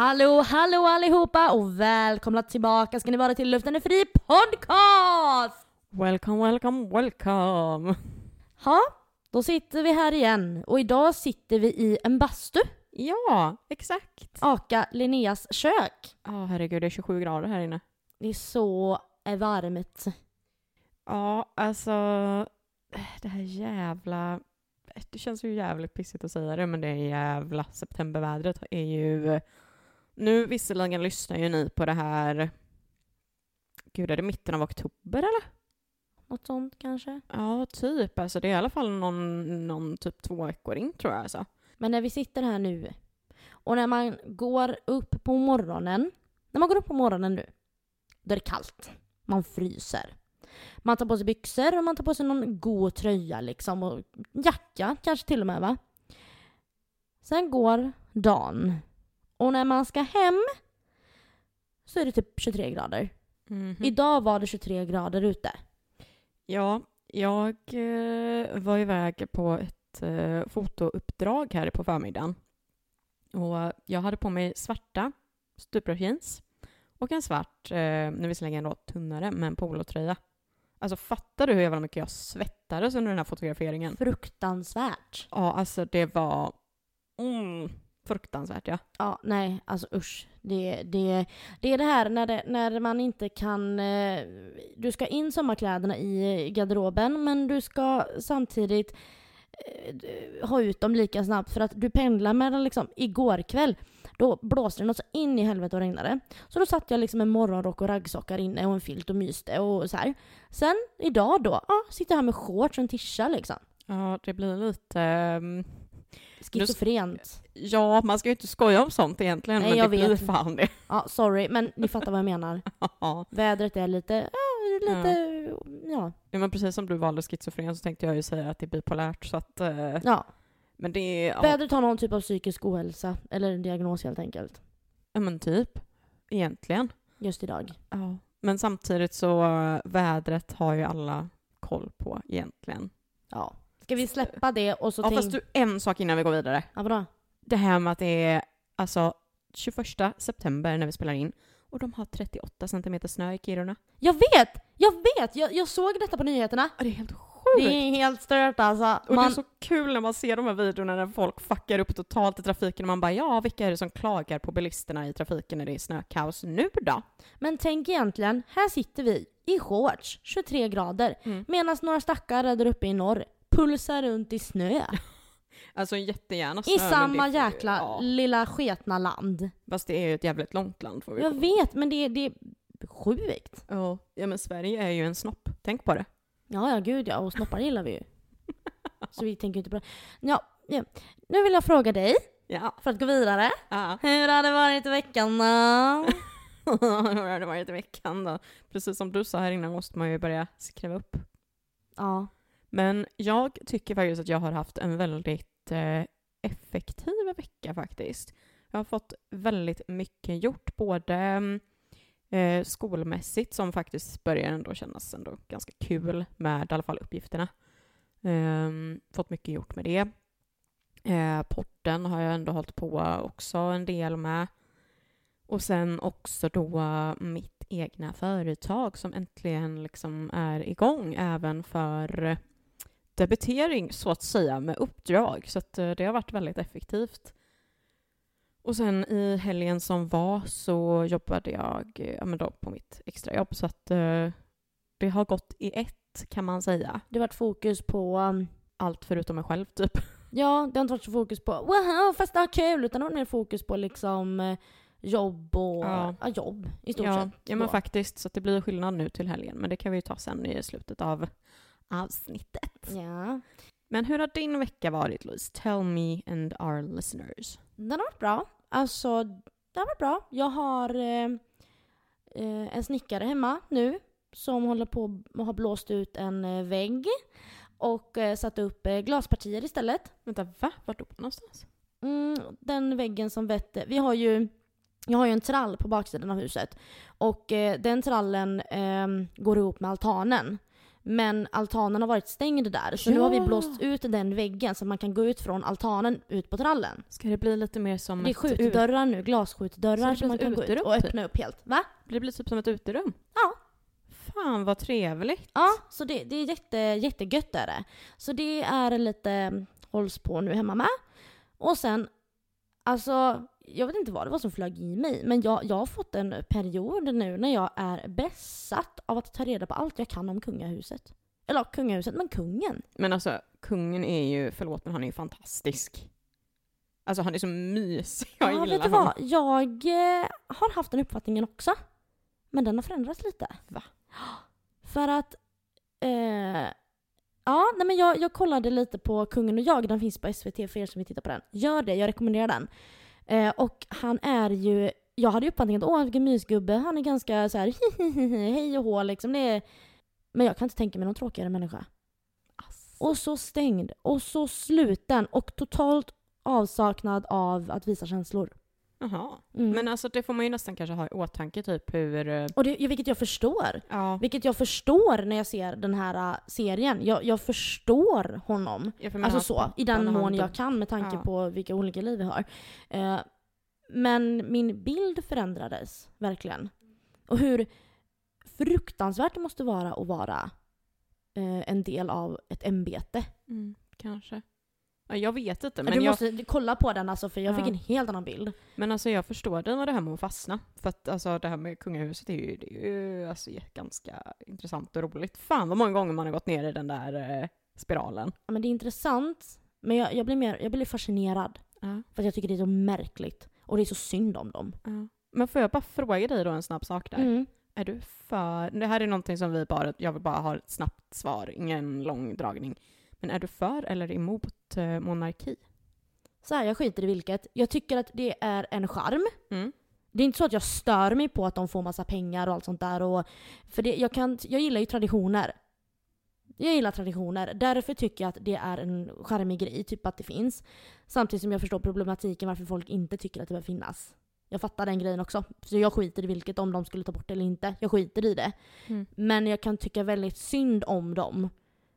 Hallå allihopa och välkomna tillbaka ska ni vara till Luften är fri podcast! Welcome. Ja, då sitter vi här igen och idag sitter vi i en bastu. Ja, exakt. Aka Linneas kök. Ja, herregud, det är 27 grader här inne. Det är så varmt. Ja, alltså det här jävla... Det känns ju jävligt pissigt att säga det, men det jävla septembervädret är ju... Nu visserligen lyssnar ju ni på det här... Gud, är det mitten av oktober eller? Något sånt kanske. Ja, typ. Alltså det är i alla fall någon typ 2 veckor in tror jag alltså. Men när vi sitter här nu och när man går upp på morgonen. När man går upp på morgonen nu, då är det kallt. Man fryser. Man tar på sig byxor och man tar på sig någon god tröja liksom. Och jacka kanske till och med va. Sen går dagen. Och när man ska hem så är det typ 23 grader. Mm-hmm. Idag var det 23 grader ute. Ja, jag var iväg på ett fotouppdrag här på förmiddagen. Och jag hade på mig svarta stuprörsjeans och en svart, nu visserligen då tunnare, men polotröja. Alltså fattar du hur jävla mycket jag svettades under den här fotograferingen? Fruktansvärt. Ja, alltså det var fruktansvärt, ja. Ja, nej, alltså usch. Det är det här när man inte kan... Du ska in sommarkläderna i garderoben, men du ska samtidigt ha ut dem lika snabbt för att du pendlar med den liksom. Igår kväll, då blåste den och så in i helvete och regnade. Så då satt jag liksom med morgonrock och raggsockar inne och en filt och myste och så här. Sen idag då, sitter jag här med shorts och en tisha liksom. Ja, det blir lite... Schizofrent. Ja, man ska ju inte skoja om sånt egentligen, Nej, men jag det blir vet. fan det. Ja, sorry, men ni fattar vad jag menar. Vädret är lite... Ja. Ja, men precis som du valde schizofren så tänkte jag ju säga att det är bipolärt, så att... Ja. Men det är... Ja. Vädret har någon typ av psykisk ohälsa, eller en diagnos helt enkelt. Ja, men typ. Egentligen. Just idag. Ja. Men samtidigt så vädret har ju alla koll på egentligen. Ja. Ska vi släppa det och så fast du, en sak innan vi går vidare. Ja, vadå? Det här med att det är alltså 21 september när vi spelar in och de har 38 centimeter snö i Kiruna. Jag vet! Jag såg detta på nyheterna. Det är helt sjukt. Det är helt stört alltså. Och det är så kul när man ser de här videorna när folk fuckar upp totalt i trafiken och man bara, ja, vilka är det som klagar på bilisterna i trafiken när det är snökaos nu då? Men tänk egentligen, här sitter vi i shorts, 23 grader, medan några stackare där uppe i norr pulsar runt i snö. Alltså jättegärna snö. I samma jäkla lilla sketna land. Fast det är ju ett jävligt långt land. Får vi Jag vet, men det är sjukt. Ja, men Sverige är ju en snopp. Tänk på det. Ja, gud ja. Och snoppar gillar vi ju. Så vi tänker inte på det. Ja. Nu vill jag fråga dig. Ja. För att gå vidare. Ja. Hur har det varit i veckan då? Hur har det varit i veckan då? Precis som du sa här innan måste man ju börja skriva upp. Ja. Men jag tycker faktiskt att jag har haft en väldigt effektiv vecka faktiskt. Jag har fått väldigt mycket gjort, både skolmässigt som faktiskt börjar ändå kännas ändå ganska kul med i alla fall uppgifterna. Fått mycket gjort med det. Porten har jag ändå hållit på också en del med. Och sen också då mitt egna företag som äntligen liksom är igång även för debitering så att säga med uppdrag. Så att det har varit väldigt effektivt. Och sen i helgen som var så jobbade jag då på mitt extrajobb. Så att det har gått i ett kan man säga. Det har varit fokus på... allt förutom mig själv typ. Ja, det har inte varit så fokus på wow, fast det är kul. Utan det har varit mer fokus på liksom jobb och jobb i stort sett. Ja, men faktiskt. Så att det blir skillnad nu till helgen. Men det kan vi ju ta sen i slutet av avsnittet. Ja. Men hur har din vecka varit, Louise? Tell me and our listeners. Den har varit bra. Alltså, det har varit bra. Jag har en snickare hemma nu som håller på att ha blåst ut en vägg och satt upp glaspartier istället. Vänta, va? Vart upp någonstans? Den väggen som vetter... Jag har ju en trall på baksidan av huset och den trallen går ihop med altanen. Men altanen har varit stängd där. Så nu har vi blåst ut den väggen så man kan gå ut från altanen ut på trallen. Ska det bli lite mer som det är skjutdörrar nu, glasskjutdörrar som man kan gå ut och öppna upp helt. Va? Det blir typ som ett uterum? Ja. Fan vad trevligt. Ja, så det är jättegött är det. Så det är lite hålls på nu hemma med. Och sen, alltså, jag vet inte vad det var som flög i mig. Men jag har fått en period nu när jag är besatt av att ta reda på allt jag kan om kungahuset. Eller kungahuset, men kungen. Men alltså, kungen är ju, förlåt men han är ju fantastisk. Alltså han är så mysig, jag gillar vet du vad? Jag har haft den uppfattningen också. Men den har förändrats lite. Va? För att jag kollade lite på Kungen och jag. Den finns på SVT för er som vill titta på den. Gör det, jag rekommenderar den. Och han är ju, jag hade ju uppfattningen att vilken mysgubbe. Han är ganska så här hej och hå liksom. Men jag kan inte tänka mig någon tråkigare människa. Och så stängd. Och så sluten. Och totalt avsaknad av att visa känslor. Jaha. Men alltså det får man ju nästan kanske ha i åtanke typ hur... Och vilket jag förstår. Ja. Vilket jag förstår när jag ser den här serien. Jag förstår honom. Alltså så, i den mån jag kan med tanke på vilka olika liv vi har. Men min bild förändrades verkligen. Och hur fruktansvärt det måste vara att vara en del av ett ämbete. Kanske. Ja, jag vet inte. Men du måste kolla på den alltså, för jag fick en helt annan bild. Men alltså jag förstår det med det här med att fastna. För att alltså, det här med kungahuset är ju alltså, ganska intressant och roligt. Fan vad många gånger man har gått ner i den där spiralen. Ja, men det är intressant. Men jag blir fascinerad. För att jag tycker det är så märkligt. Och det är så synd om dem. Men får jag bara fråga dig då en snabb sak där? Är du för... Det här är någonting som jag vill bara ha ett snabbt svar. Ingen lång dragning. Men är du för eller emot monarki? Så här, jag skiter i vilket. Jag tycker att det är en charm. Det är inte så att jag stör mig på att de får massa pengar och allt sånt där. För jag gillar ju traditioner. Jag gillar traditioner. Därför tycker jag att det är en charmig grej. Typ att det finns. Samtidigt som jag förstår problematiken varför folk inte tycker att det bör finnas. Jag fattar den grejen också. Så jag skiter i vilket, om de skulle ta bort det eller inte. Jag skiter i det. Men jag kan tycka väldigt synd om dem.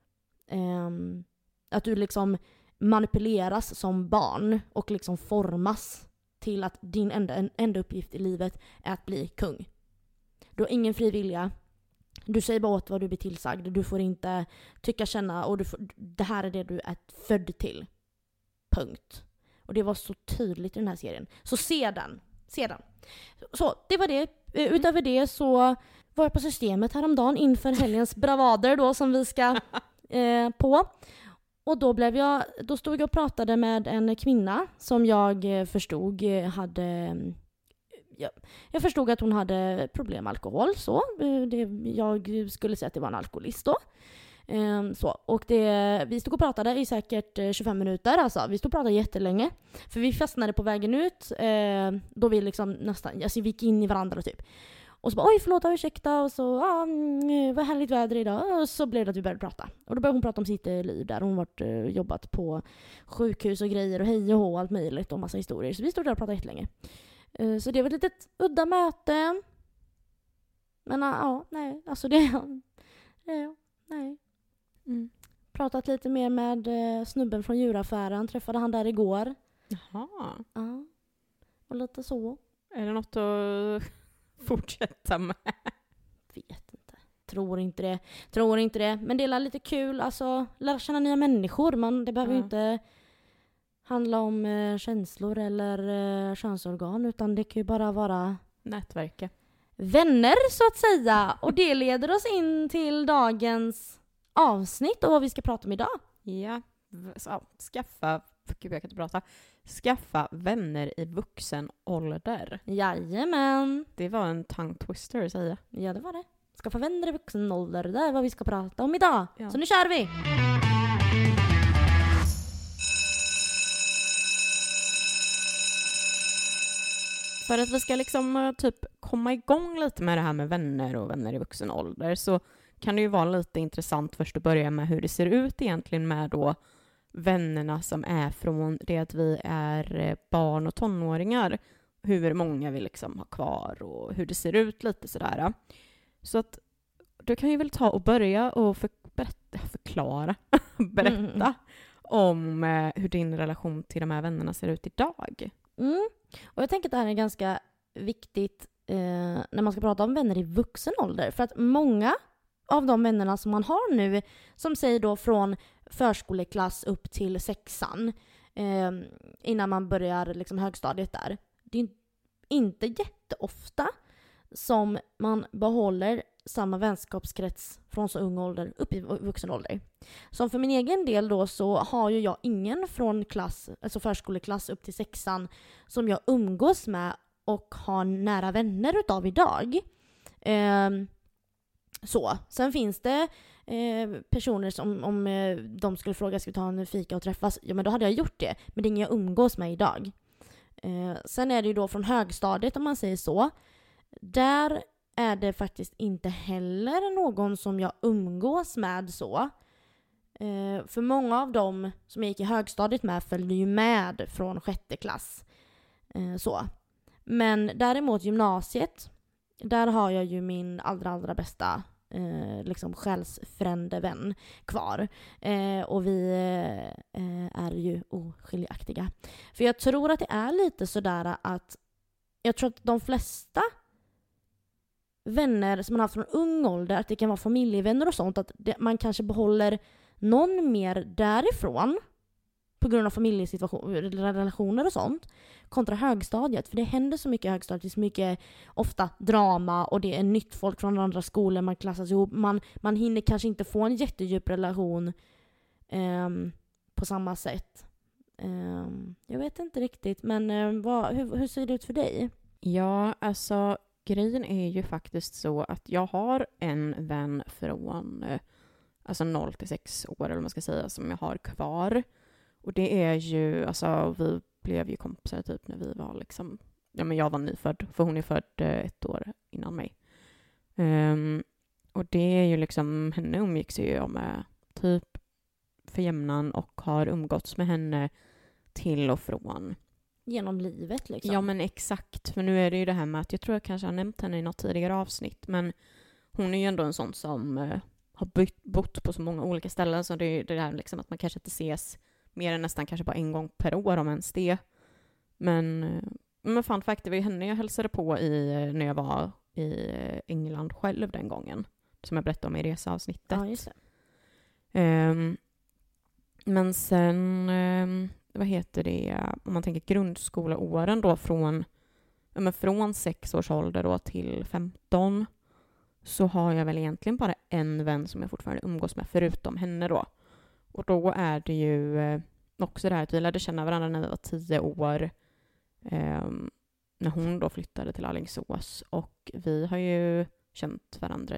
Att du liksom manipuleras som barn och liksom formas till att din enda uppgift i livet är att bli kung. Du har ingen fri vilja. Du säger bara åt vad du blir tillsagd. Du får inte tycka, känna, och det här är det du är född till. Punkt. Och det var så tydligt i den här serien. Så se den. Så det var det. Utöver det så var jag på Systemet häromdagen inför helgens bravader då som vi ska på. Och då stod jag och pratade med en kvinna som jag förstod hade... Jag förstod att hon hade problem med alkohol. Så. Jag skulle säga att det var en alkoholist då. Och vi stod och pratade i säkert 25 minuter. Alltså. Vi stod och pratade jättelänge. För vi fastnade på vägen ut. Då vi liksom nästan... Alltså vi gick in i varandra typ. Och så bara, oj förlåt, ursäkta. Och så, vad härligt väder idag. Och så blev det att vi började prata. Och då började hon prata om sitt liv där. Hon varit jobbat på sjukhus och grejer och hej och hå, allt möjligt och massa historier. Så vi stod där och pratade jättelänge. Så det var ett litet udda möte. Men nej. Alltså nej. Pratat lite mer med snubben från djuraffären. Träffade han där igår. Jaha. Ja. Och lite så. Är det något att fortsätta med? Vet inte. Tror inte det. Men det är lite kul. Alltså, lära känna nya människor. Det behöver ju inte handla om känslor eller könsorgan. Utan det kan ju bara vara... nätverka. Vänner, så att säga. Och det leder oss in till dagens avsnitt och vad vi ska prata om idag. Ja. Skaffa vänner i vuxen ålder. Jajamän. Det var en tongue twister, säger jag. Ja, det var det. Skaffa vänner i vuxen ålder. Det är vad vi ska prata om idag. Ja. Så nu kör vi! För att vi ska liksom typ komma igång lite med det här med vänner och vänner i vuxen ålder så kan det ju vara lite intressant först att börja med hur det ser ut egentligen med då vännerna som är från det att vi är barn och tonåringar. Hur många vi liksom har kvar och hur det ser ut lite sådär. Så att du kan ju väl ta och börja och förklara, berätta om hur din relation till de här vännerna ser ut idag. Och jag tänker att det här är ganska viktigt när man ska prata om vänner i vuxen ålder. För att många av de vännerna som man har nu, som säger då från förskoleklass upp till 6:an, innan man börjar liksom högstadiet där. Det är inte jätteofta som man behåller samma vänskapskrets från så ung ålder upp i vuxen ålder. Så för min egen del då så har ju jag ingen från klass, alltså förskoleklass upp till 6:an som jag umgås med och har nära vänner utav idag. Så. Sen finns det personer som om de skulle fråga ska vi ta en fika och träffas, ja men då hade jag gjort det. Men det är ingen jag umgås med idag. Sen är det ju då från högstadiet om man säger så. Där är det faktiskt inte heller någon som jag umgås med så. För många av dem som jag gick i högstadiet med följde ju med från 6:e klass. Så. Men däremot gymnasiet, där har jag ju min allra bästa liksom själsfrände vän kvar. Och vi är ju oskiljaktiga. För jag tror att det är lite sådär att jag tror att de flesta vänner som man har haft från ung ålder, att det kan vara familjevänner och sånt, att man kanske behåller någon mer därifrån på grund av familjesituation, relationer och sånt, kontra högstadiet. För det händer så mycket i högstadiet, det är så mycket ofta drama och det är nytt folk från andra skolor, man klassas ihop, man hinner kanske inte få en jättedjup relation på samma sätt. Jag vet inte riktigt, men hur ser det ut för dig? Ja, alltså grejen är ju faktiskt så att jag har en vän från alltså 0 till 6 år eller vad man ska säga som jag har kvar. Och det är ju, alltså vi blev ju kompisar typ när vi var liksom, ja men jag var nyfödd, för hon är född 1 år innan mig. Och det är ju liksom, henne umgicks ju jag med typ för jämnan och har umgåtts med henne till och från. Genom livet liksom. Ja men exakt, för nu är det ju det här med att jag tror jag kanske har nämnt henne i något tidigare avsnitt, men hon är ju ändå en sån som har bott på så många olika ställen, så det är det här liksom att man kanske inte ses mer än nästan kanske bara en gång per år om ens det. Men fun fact, det var ju henne jag hälsade på när jag var i England själv den gången, som jag berättade om i reseavsnittet. Ja, just det. Men sen vad heter det, om man tänker grundskoleåren då från 6 års ålder då till 15, så har jag väl egentligen bara en vän som jag fortfarande umgås med förutom henne då. Och då är det ju också det här att vi lärde känna varandra när vi var 10 år, när hon då flyttade till Alingsås, och vi har ju känt varandra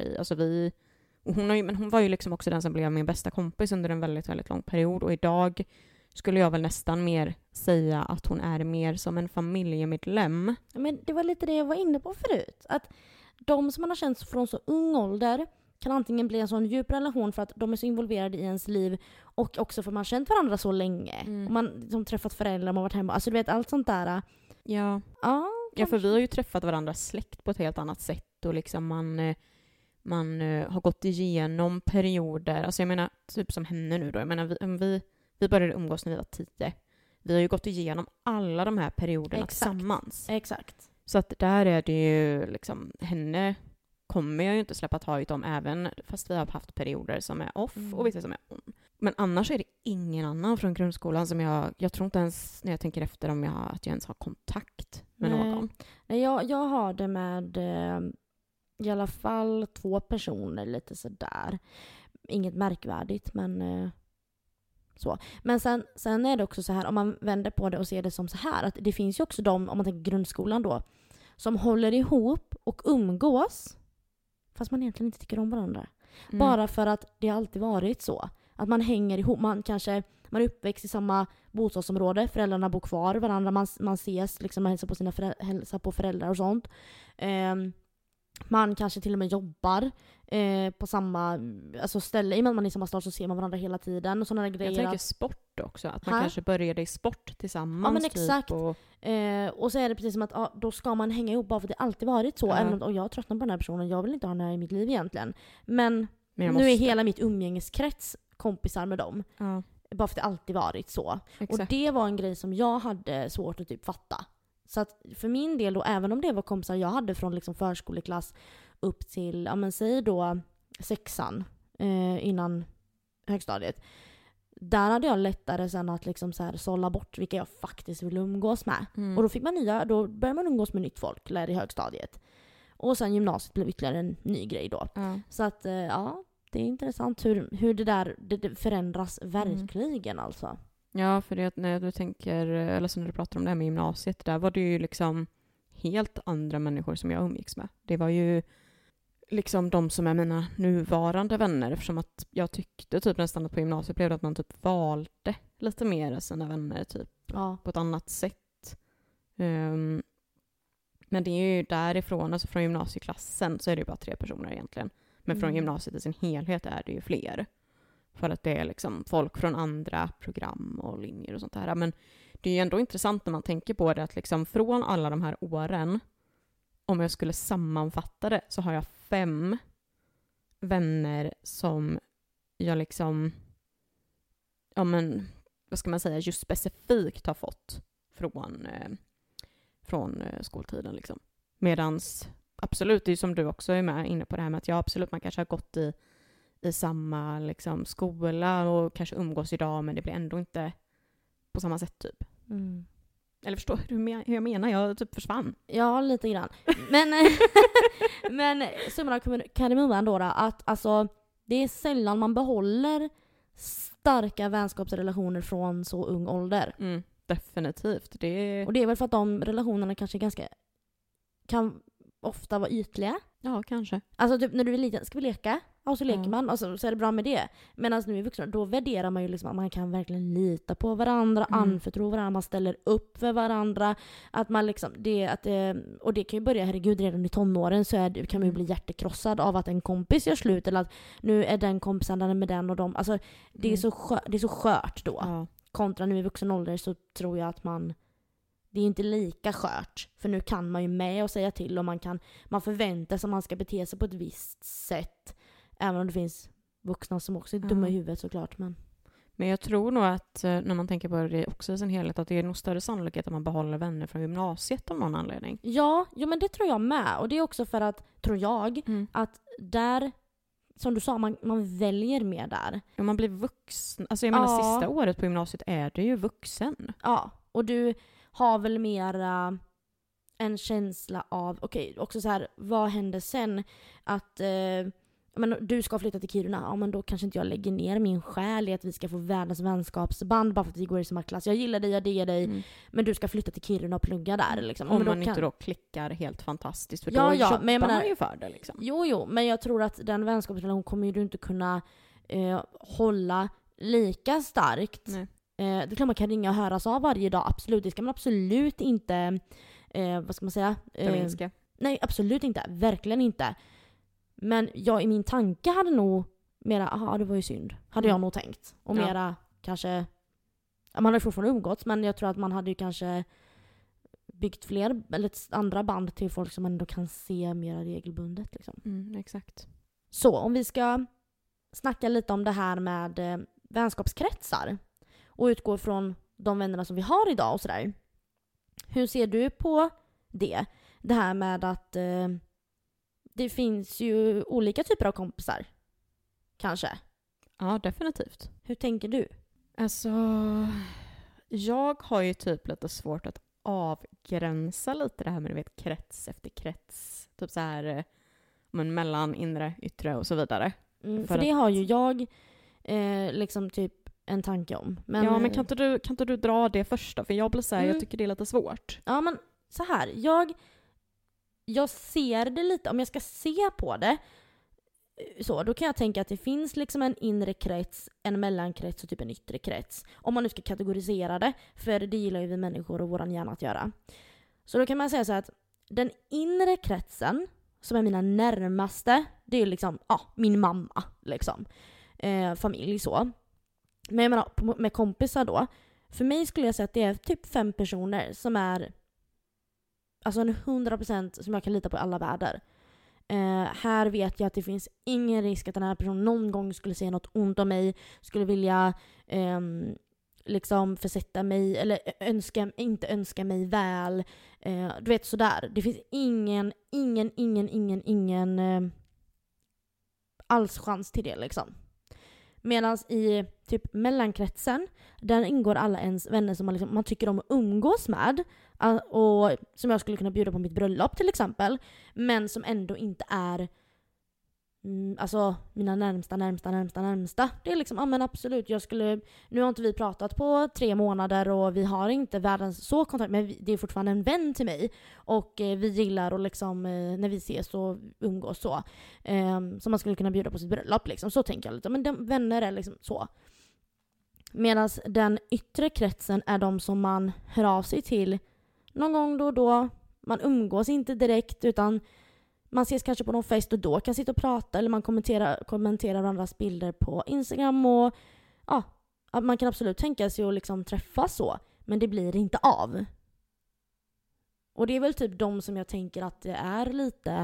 men hon var ju liksom också den som blev min bästa kompis under en väldigt, väldigt lång period, och idag skulle jag väl nästan mer säga att hon är mer som en familjemedlem. Men det var lite det jag var inne på förut. Att de som man har känt från så ung ålder kan antingen bli en sån djup relation för att de är så involverade i ens liv, och också för att man har känt varandra så länge. Och man liksom träffat föräldrar, man har varit hemma. Alltså du vet, allt sånt där. Ja, för vi har ju träffat varandras släkt på ett helt annat sätt, och liksom man har gått igenom perioder. Alltså jag menar, typ som henne nu då. Jag menar, vi började umgås när vi var 10. Vi har ju gått igenom alla de här perioderna tillsammans. Exakt. Så att där är det ju liksom, henne kommer jag ju inte släppa taget om, även fast vi har haft perioder som är off och vissa som är on. Men annars är det ingen annan från grundskolan som jag tror inte ens, när jag tänker efter, att jag ens har kontakt med någon. Nej, jag har det med i alla fall 2 personer, lite sådär. Inget märkvärdigt, men så. Men sen är det också så här, om man vänder på det och ser det som så här, att det finns ju också de, om man tänker grundskolan då, som håller ihop och umgås fast man egentligen inte tycker om varandra. Bara för att det alltid varit så. Att man hänger ihop, man är uppväxt i samma bostadsområde, föräldrarna bor kvar varandra, man ses liksom, man hälsar på föräldrar och sånt. Man kanske till och med jobbar på samma ställe. I och med att man är i samma stad så ser man varandra hela tiden. Och sådana grejer. Jag tänker sport också. Att man kanske började i sport tillsammans. Ja, men exakt. Typ, och så är det precis som att då ska man hänga ihop bara för att det alltid varit så. Även om jag tröttnar på den här personen. Jag vill inte ha den här i mitt liv egentligen. Men nu är hela mitt umgängeskrets kompisar med dem. Ja, Bara för att det alltid varit så. exakt. Och det var en grej som jag hade svårt att typ fatta. Så att för min del då, även om det var kompisar jag hade från liksom förskoleklass upp till, ja men säg då 6:an innan högstadiet. Där hade jag lättare sen att liksom så här sålla bort vilka jag faktiskt vill umgås med. Och då började man umgås med nytt folk där i högstadiet. Och sen gymnasiet blev ytterligare en ny grej då. Ja. Så att ja, det är intressant hur det förändras verkligen alltså. Ja, för det när du tänker, eller så när du pratar om det här med gymnasiet, där var det ju liksom helt andra människor som jag umgicks med. Det var ju liksom de som är mina nuvarande vänner, eftersom att jag tyckte typ nästan att på gymnasiet blev det att man typ valde lite mer sina vänner typ Ja. på ett annat sätt. Men det är ju därifrån, alltså från gymnasieklassen så är det ju bara 3 personer egentligen. Men från gymnasiet i sin helhet är det ju fler. För att det är liksom folk från andra program och linjer och sånt där. Men det är ju ändå intressant när man tänker på det att liksom från alla de här åren, om jag skulle sammanfatta det, så har jag 5 vänner som jag liksom, ja men, vad ska man säga, just specifikt har fått från skoltiden liksom. Medans, absolut, det är ju som du också är med inne på det här med att absolut, man kanske har gått i samma liksom, skola och kanske umgås idag, men det blir ändå inte på samma sätt typ. Eller förstår du hur jag menar? Jag typ försvann. Ja, lite grann. Men summan av kardemumman då att alltså, det är sällan man behåller starka vänskapsrelationer från så ung ålder. Definitivt. Och det är väl för att de relationerna kanske kan ofta vara ytliga. Ja, kanske. Alltså typ när du är liten, ska vi leka? Ja, så leker man och så är det bra med det. Men nu är vuxna, då värderar man ju liksom att man kan verkligen lita på varandra, anförtro varandra, man ställer upp för varandra. Att man liksom, och det kan ju börja, herregud, redan i tonåren så kan man ju bli hjärtekrossad av att en kompis gör slut, eller att nu är den kompisen med den och dem. Alltså det är så skört då. Ja. Kontra nu i vuxen ålder så tror jag att det är inte lika skört. För nu kan man ju med och säga till, och man förväntar sig att man ska bete sig på ett visst sätt. Även om det finns vuxna som också är dumma i huvudet såklart. Men jag tror nog att när man tänker på det också i sin helhet, att det är nog större sannolikhet att man behåller vänner från gymnasiet av någon anledning. Ja, men det tror jag med. Och det är också för att, tror jag, att där, som du sa, man väljer mer där. Ja, man blir vuxen. Alltså jag menar, sista året på gymnasiet är du ju vuxen. Ja, och du har väl mera en känsla av, okej, också så här, vad händer sen? Att men du ska flytta till Kiruna, ja men då kanske inte jag lägger ner min själ i att vi ska få världens vänskapsband bara för att vi går i samma klass. Jag gillar dig, jag diggar dig, men du ska flytta till Kiruna och plugga där. Liksom. Om man inte då klickar helt fantastiskt, för då men man ju för det. Liksom. Jo, men jag tror att den vänskapsrelation kommer ju du inte kunna hålla lika starkt. Nej. Det är klart man kan ringa och höras av varje dag, absolut. Det ska man absolut inte, vad ska man säga? Förminska. Nej, absolut inte. Verkligen inte. Men jag i min tanke hade nog mera, det var ju synd. Hade jag nog tänkt. Och mera kanske, man hade fortfarande umgåtts, men jag tror att man hade ju kanske byggt fler eller andra band till folk som man ändå kan se mera regelbundet. Liksom. Exakt. Så, om vi ska snacka lite om det här med vänskapskretsar och utgå från de vännerna som vi har idag och sådär. Hur ser du på det? Det här med att det finns ju olika typer av kompisar. Kanske. Ja, definitivt. Hur tänker du? Alltså, jag har ju typ lite svårt att avgränsa lite det här med, du vet, krets efter krets. Typ så här, men mellan inre, yttre och så vidare. För det har ju jag liksom typ en tanke om. Men, ja, men kan inte du dra det först då? För jag blir så här, jag tycker det är lite svårt. Ja, men så här. Jag ser det lite, om jag ska se på det så, då kan jag tänka att det finns liksom en inre krets, en mellankrets och typ en yttre krets. Om man nu ska kategorisera det, för det gillar ju vi människor och våran hjärna att göra. Så då kan man säga så här att den inre kretsen, som är mina närmaste, det är liksom min mamma, liksom. Familj så. Men jag menar, med kompisar då, för mig skulle jag säga att det är typ 5 personer som är alltså en 100% som jag kan lita på i alla världar. Här vet jag att det finns ingen risk att den här personen någon gång skulle säga något ont om mig, skulle vilja liksom försätta mig eller inte önska mig väl. Du vet sådär. Det finns ingen alls chans till det liksom. Medan i typ mellankretsen, där ingår alla ens vänner som man tycker om att umgås med. Och som jag skulle kunna bjuda på mitt bröllop till exempel. Men som ändå inte är alltså mina närmsta. Det är liksom, men absolut, nu har inte vi pratat på 3 månader och vi har inte världens så kontakt, men det är fortfarande en vän till mig. Och vi gillar och liksom, när vi ses och umgås så. Som man skulle kunna bjuda på sitt bröllop liksom. Så tänker jag lite, men de vänner är liksom så. Medan den yttre kretsen är de som man hör av sig till någon gång då och då. Man umgås inte direkt, utan man ses kanske på någon fest och då kan sitta och prata, eller man kommenterar varandras bilder på Instagram, och ja, man kan absolut tänka sig att liksom träffas så, men det blir inte av. Och det är väl typ de som jag tänker att det är lite,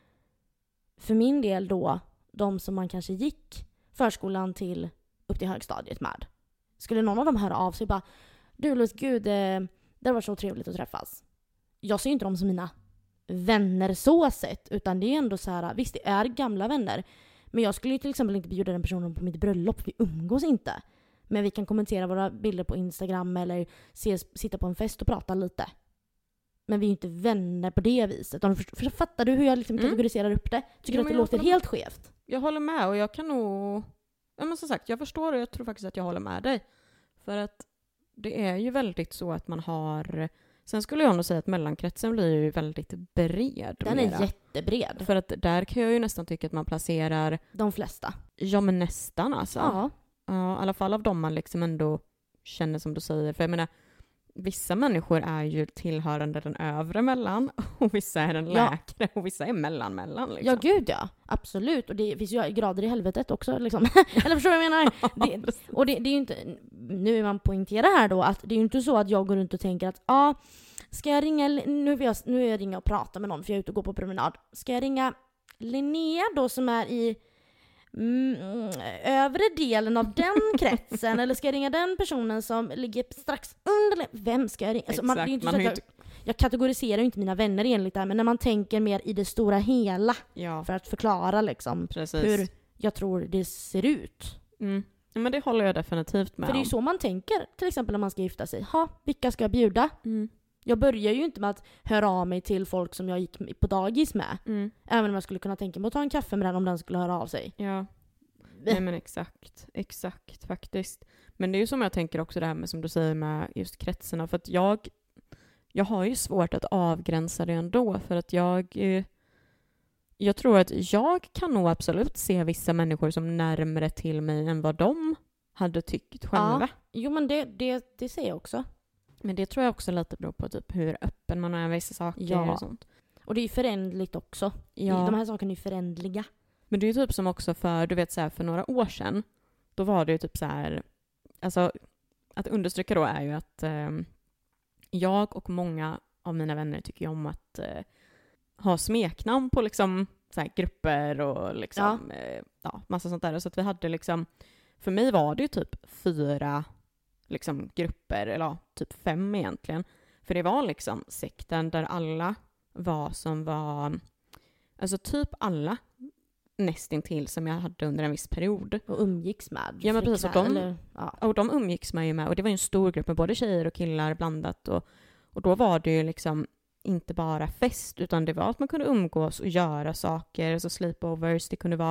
för min del då, de som man kanske gick förskolan till upp till högstadiet med. Skulle någon av dem höra av sig bara, du Louise, gud, det var så trevligt att träffas. Jag ser ju inte dem som mina vänner så sett, utan det är ändå så här, visst det är gamla vänner, men jag skulle ju till exempel inte bjuda den personen på mitt bröllop, vi umgås inte, men vi kan kommentera våra bilder på Instagram eller sitta på en fest och prata lite, men vi är ju inte vänner på det viset. Fattar du hur jag liksom kategoriserar upp det? Tycker du att det låter helt skevt? Jag håller med, och jag kan nog, ja, men som sagt, jag förstår, och jag tror faktiskt att jag håller med dig, för att det är ju väldigt så att man har. Sen skulle jag nog säga att mellankretsen blir ju väldigt bred. Den är jättebred. För att där kan jag ju nästan tycka att man placerar de flesta. Ja, men nästan alltså. Ja. Ja, i alla fall av dem man liksom ändå känner, som du säger. För jag menar, vissa människor är ju tillhörande den övre mellan, och vissa är den lägre, och vissa är mellan liksom. Ja, gud ja. Absolut. Och det finns ju grader i helvetet också liksom. Eller förstår du vad jag menar? Och det är ju inte, nu är man poängtera här då, att det är ju inte så att jag går runt och tänker att ska jag ringa, nu är jag ringa och prata med någon för jag är ute och går på promenad. Ska jag ringa Linnea då som är i övre delen av den kretsen, eller ska jag ringa den personen som ligger strax under? Vem ska jag ringa? Alltså, det är inte så att jag kategoriserar ju inte mina vänner enligt det här, men när man tänker mer i det stora hela, för att förklara liksom hur jag tror det ser ut. Ja, men det håller jag definitivt med. För det är ju så man tänker, till exempel när man ska gifta sig. Vilka ska jag bjuda? Jag börjar ju inte med att höra av mig till folk som jag gick på dagis med. Även om jag skulle kunna tänka mig att ta en kaffe med den om den skulle höra av sig. Ja, nej, men exakt faktiskt. Men det är ju som jag tänker också det här med, som du säger, med just kretsarna. För att jag har ju svårt att avgränsa det ändå. För att jag tror att jag kan nog absolut se vissa människor som närmare till mig än vad de hade tyckt själva. Ja, jo men det ser jag också. Men det tror jag också lite beror på typ hur öppen man är med vissa saker och sånt. Och det är ju förändligt också. Ja. De här sakerna är ju förändliga. Men det är ju typ som också för, du vet så här, för några år sedan, då var det ju typ så här, alltså att understryka då är ju att jag och många av mina vänner tycker ju om att ha smeknamn på liksom så här grupper och liksom massa sånt där. Så att vi hade liksom, för mig var det ju typ 4 liksom grupper, eller typ 5 egentligen. För det var liksom sekten där alla var som var, alltså typ alla nästintill som jag hade under en viss period. Och umgicks med. Ja, men precis. Och de umgicks man ju med. Och det var ju en stor grupp med både tjejer och killar blandat. Och då var det ju liksom inte bara fest, utan det var att man kunde umgås och göra saker. Alltså sleepovers, det kunde vara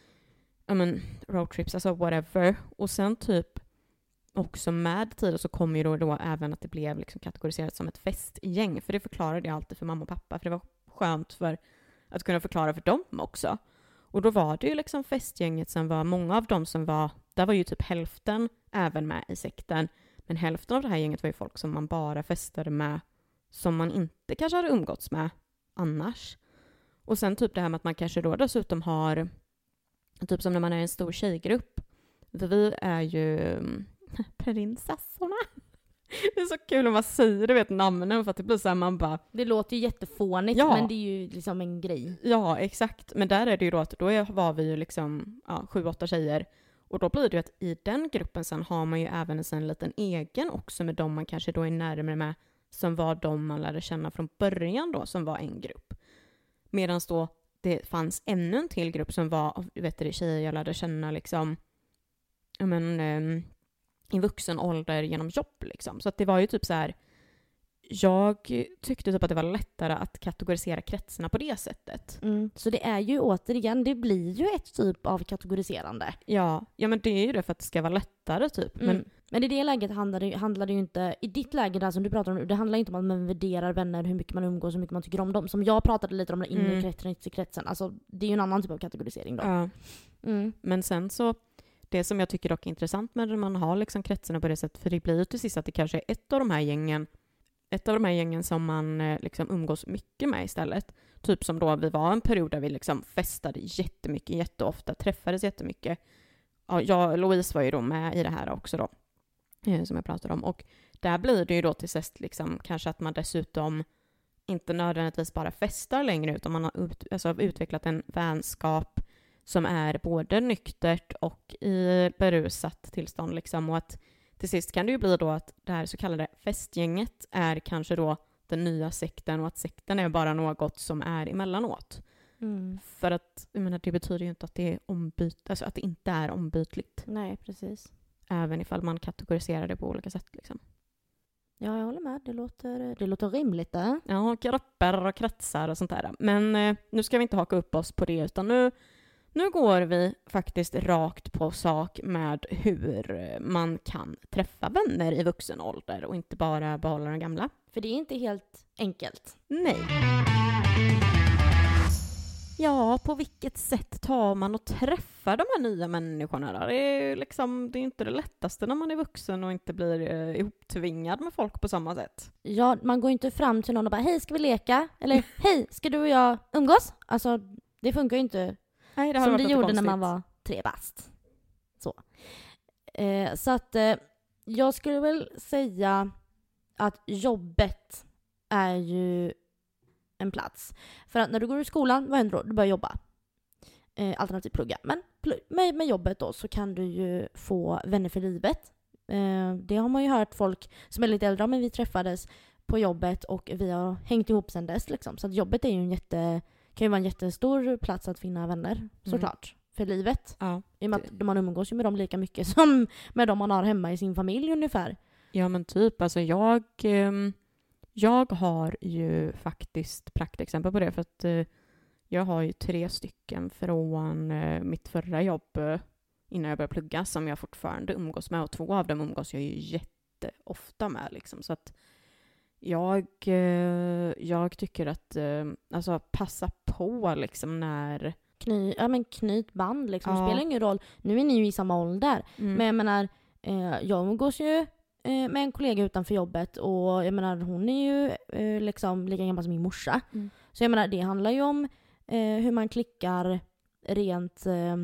roadtrips, alltså whatever. Och sen typ också med tiden så kom ju då även att det blev liksom kategoriserat som ett festgäng. För det förklarade jag alltid för mamma och pappa. För det var skönt för att kunna förklara för dem också. Och då var det ju liksom festgänget som var, många av dem som var, där var ju typ hälften även med i sekten. Men hälften av det här gänget var ju folk som man bara festade med, som man inte kanske hade umgåtts med annars. Och sen typ det här med att man kanske då dessutom har, typ som när man är en stor tjejgrupp. För vi är ju prinsessorna. Det är så kul när man säger, du vet, namnen, för att det blir så här, man bara... Det låter ju jättefånigt, Ja. men det är ju liksom en grej. Ja, exakt. Men där är det ju då att var vi ju liksom 7-8 tjejer. Och då blir det ju att i den gruppen sen har man ju även en liten egen också med dem man kanske då är närmare med, som var de man lärde känna från början då, som var en grupp. Medan då det fanns ännu en till grupp som var, vet du, tjejer jag lärde känna liksom, i vuxen ålder genom jobb liksom. Så att det var ju typ så här, jag tyckte typ att det var lättare att kategorisera kretsarna på det sättet. Så det är ju återigen, det blir ju ett typ av kategoriserande. Ja, men det är ju det för att det ska vara lättare typ. Men i det läget handlar det ju inte, i ditt läge där som du pratar om, det handlar inte om att man värderar vänner, hur mycket man umgås, hur mycket man tycker om dem. Som jag pratade lite om den inre kretsen, yttre kretsen. Alltså det är ju en annan typ av kategorisering då. Ja. Men sen så, det som jag tycker dock är intressant med när man har liksom kretsarna på det sättet, för det blir ju till sist att det kanske är ett av de här gängen som man liksom umgås mycket med istället. Typ som då vi var en period där vi liksom festade jättemycket, jätteofta, träffades jättemycket. Ja, Louise var ju då med i det här också då, som jag pratade om. Och där blir det ju då till sist liksom kanske att man dessutom inte nödvändigtvis bara festar längre, utan man har utvecklat en vänskap som är både nyktert och i berusat tillstånd liksom. Och att till sist kan det ju bli då att det här så kallade festgänget är kanske då den nya sekten, och att sekten är bara något som är emellanåt. För att jag menar, det betyder ju inte att det är alltså att det inte är ombytligt. Nej, precis. Även ifall man kategoriserar det på olika sätt liksom. Ja, jag håller med. Det låter rimligt där. Ja, grupper och kretsar och sånt där. Men nu ska vi inte haka upp oss på det, utan nu går vi faktiskt rakt på sak med hur man kan träffa vänner i vuxen ålder och inte bara behålla de gamla. För det är inte helt enkelt. Nej. Ja, på vilket sätt tar man och träffar de här nya människorna där? Det är inte det lättaste när man är vuxen och inte blir ihoptvingad med folk på samma sätt. Ja, man går inte fram till någon och bara, hej, ska vi leka? Eller, hej, ska du och jag umgås? Alltså, det funkar ju inte. Nej, det som det gjorde när man var 3 bast. Så. Så att jag skulle väl säga att jobbet är ju en plats. För att när du går i skolan, vad händer då? Du börjar jobba. Alternativt plugga. Men med jobbet då så kan du ju få vänner för livet. Det har man ju hört folk som är lite äldre, men vi träffades på jobbet och vi har hängt ihop sedan dess liksom. Så att jobbet är ju kan ju vara en jättestor plats att finna vänner, såklart. För livet. Ja. I och med att man umgås ju med dem lika mycket som med dem man har hemma i sin familj ungefär. Ja, men typ. Alltså jag har ju faktiskt praktexempel på det, för att jag har ju 3 stycken från mitt förra jobb innan jag började plugga som jag fortfarande umgås med, och 2 av dem umgås jag ju jätteofta med liksom. Så att jag tycker att alltså passa på liksom när knyt band liksom. Det spelar ingen roll. Nu är ni ju i samma ålder. Men jag menar, jag umgås ju med en kollega utanför jobbet, och jag menar, hon är ju liksom lika gammal som min morsa. Så jag menar, det handlar ju om hur man klickar rent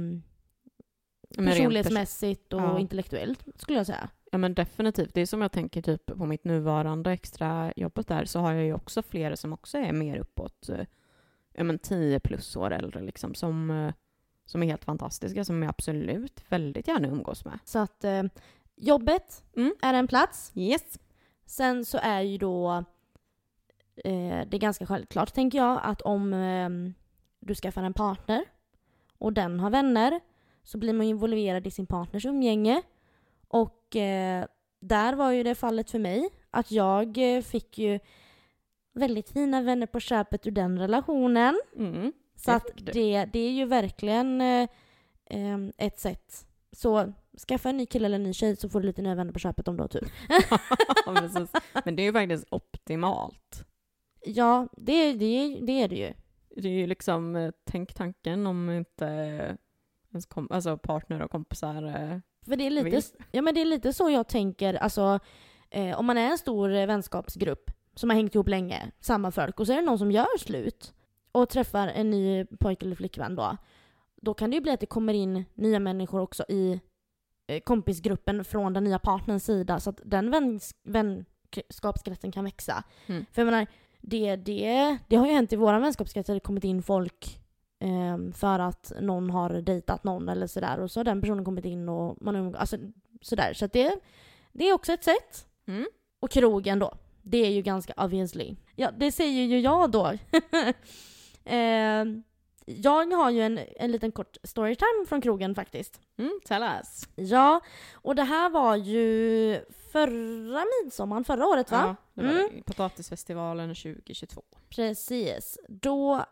personlighetsmässigt och intellektuellt, skulle jag säga. Ja, men definitivt. Det är som jag tänker typ på mitt nuvarande extra jobbet där, så har jag ju också flera som också är mer uppåt 10 plus år äldre liksom, som är helt fantastiska, som jag absolut väldigt gärna umgås med. Så att jobbet är en plats. Yes. Sen så är ju då det är ganska självklart, tänker jag, att om du skaffar en partner och den har vänner, så blir man involverad i sin partners umgänge. Och där var ju det fallet för mig att jag fick ju väldigt fina vänner på köpet ur den relationen. Så att det är ju verkligen ett sätt. Så skaffa en ny kille eller en ny tjej, så får du lite nya vänner på köpet om du har tur. Men det är ju faktiskt optimalt. Ja, det är det ju. Det är ju liksom, tänk tanken om inte ens partner och kompisar. För det är lite, men det är lite så jag tänker. Alltså, om man är en stor vänskapsgrupp som har hängt ihop länge, samma folk, och så är det någon som gör slut och träffar en ny pojke eller flickvän då kan det ju bli att det kommer in nya människor också i kompisgruppen från den nya partners sida så att den vänskapskretsen kan växa. För jag menar, det har ju hänt i våra vänskapskrets att det kommit in folk för att någon har dejtat någon eller sådär och så har den personen kommit in och man alltså sådär. Så att det är också ett sätt. Och krogen då, det är ju ganska obviously. Ja, det säger ju jag då. Jag har ju en liten kort storytime från krogen faktiskt. Tell us. Ja, och det här var ju förra året va? Ja, det var det. Potatisfestivalen 2022. Precis. Då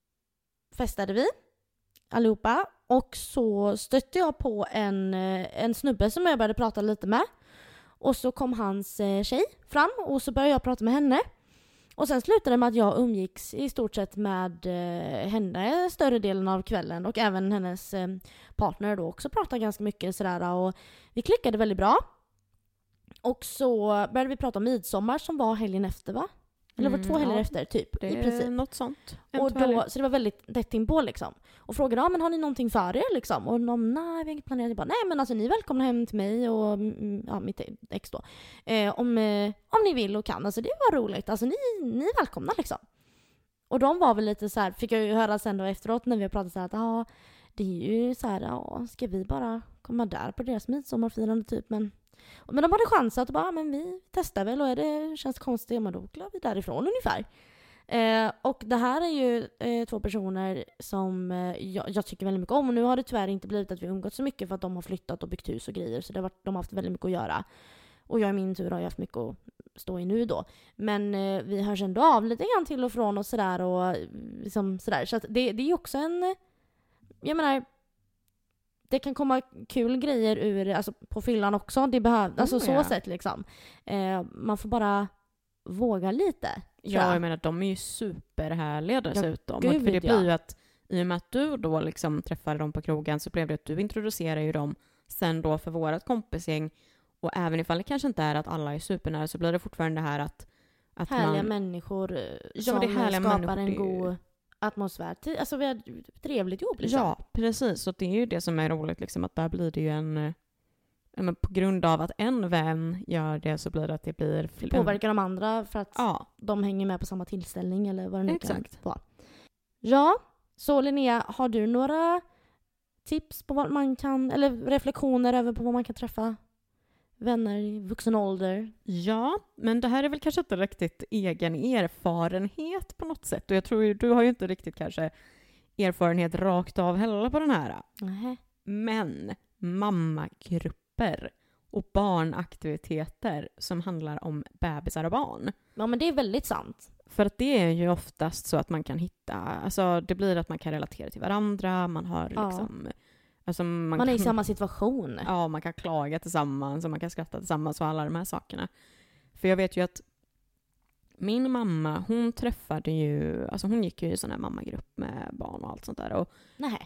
festade vi allihopa och så stötte jag på en snubbe som jag började prata lite med. Och så kom hans tjej fram och så började jag prata med henne. Och sen slutade det med att jag umgicks i stort sett med henne större delen av kvällen. Och även hennes partner då också pratade ganska mycket sådär. Och vi klickade väldigt bra. Och så började vi prata om midsommar som var helgen efter va? Eller var 2 helger efter typ. Det i princip. är något sånt. Och då, så det var väldigt tätt inpå liksom. Och frågade, men har ni någonting för er liksom? Och de, nej vi har inget planerat. Jag bara, nej men alltså ni är välkomna hem till mig och mitt ex då. Om ni vill och kan. Alltså det var roligt. Alltså ni är välkomna liksom. Och de var väl lite så här, fick jag ju höra sen då efteråt när vi har pratat så här att det är ju så här, ska vi bara komma där på deras midsommarfirande typ, men de hade chans att bara, men vi testar väl och känns det konstigt, men då går vi därifrån ungefär. Och det här är ju 2 personer som jag tycker väldigt mycket om. Och nu har det tyvärr inte blivit att vi umgått så mycket för att de har flyttat och byggt hus och grejer. Så de har haft väldigt mycket att göra. Och jag i min tur har ju haft mycket att stå i nu då. Men vi hörs ändå av lite grann till och från och sådär. Och liksom sådär. Så att det är ju också jag menar, det kan komma kul grejer ur, alltså på fyllan också. Det behövs, alltså så sätt liksom. Man får bara våga lite. Ja, jag menar, de är ju superhärliga dessutom. Ja, för det blir ju att i och med att du då liksom träffade dem på krogen så blev det att du introducerar ju dem sen då för vårat kompisgäng. Och även ifall det kanske inte är att alla är supernära så blir det fortfarande det här att härliga människor som det härliga skapar människor, en god atmosfär. Alltså vi har trevligt jobb liksom. Ja, precis. Så det är ju det som är roligt liksom, att där blir det ju på grund av att en vän gör det så blir det att det blir... Det påverkar de andra för att de hänger med på samma tillställning eller vad det nu kan vara. Ja, så Linnea, har du några tips på vad man kan, eller reflektioner över på vad man kan träffa vänner i vuxen ålder? Ja, men det här är väl kanske inte riktigt egen erfarenhet på något sätt. Och jag tror ju, du har ju inte riktigt kanske erfarenhet rakt av heller på den här. Men mammagrupper och barnaktiviteter som handlar om bebisar och barn. Ja, men det är väldigt sant. För att det är ju oftast så att man kan hitta, alltså det blir att man kan relatera till varandra, man har liksom... Alltså man är i samma situation. Ja, man kan klaga tillsammans och man kan skratta tillsammans och alla de här sakerna. För jag vet ju att min mamma, hon träffade ju, alltså hon gick ju i sån här mammagrupp med barn och allt sånt där. Och nej.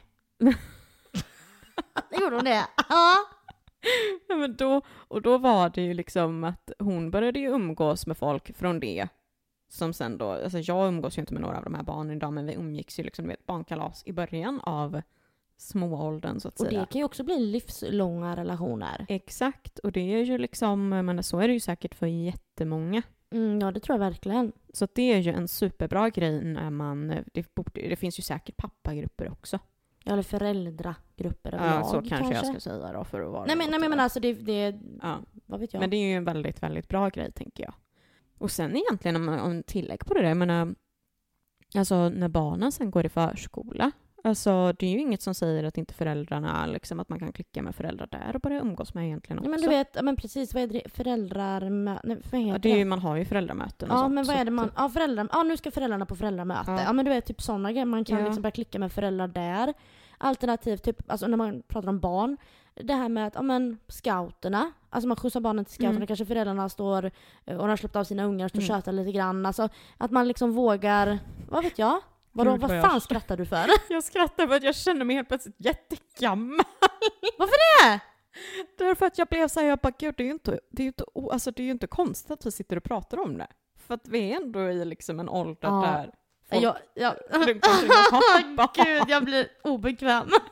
Gjorde hon det? Ja, men då var det ju liksom att hon började ju umgås med folk från det. Som sen då, alltså jag umgås ju inte med några av de här barnen idag, men vi umgicks ju liksom, barnkalas i början av smååldern så att säga. Och det kan ju också bli livslånga relationer. Exakt, och det är ju liksom, men så är det ju säkert för jättemånga. Ja, det tror jag verkligen. Så att det är ju en superbra grej när man, det finns ju säkert pappagrupper också. Ja, eller föräldragrupper överlag. Ja, så kanske jag ska säga då för att vara... Nej men alltså det vad vet jag. Men det är ju en väldigt, väldigt bra grej tänker jag. Och sen egentligen om tillägg på det där, jag menar, alltså när barnen sen går i förskola, alltså det är ju inget som säger att inte föräldrarna, liksom att man kan klicka med föräldrar där och börja umgås med egentligen också. Ja, men du vet, men precis, vad är det? Det är ju, man har ju föräldramöten och ja, sånt. men vad är det man... Ja, nu ska föräldrarna på föräldramöte. Ja, men du vet, typ sådana grejer. Man kan liksom börja klicka med föräldrar där. Alternativt, typ, alltså när man pratar om barn, det här med att, scouterna, alltså man skjutsar barnen till scouterna, kanske föräldrarna står och har släppt av sina ungar, står och tjötar lite grann. Alltså att man liksom vågar, vad vet jag? Vad fan skrattar du för? Jag skrattar för att jag känner mig helt plötsligt jättegammal. Varför det? Därför att jag blev så här, jag bara, gud, det är ju inte konstigt att vi sitter och pratar om det. För att vi är ändå i liksom en ålder där folk Gud, jag blir obekväm.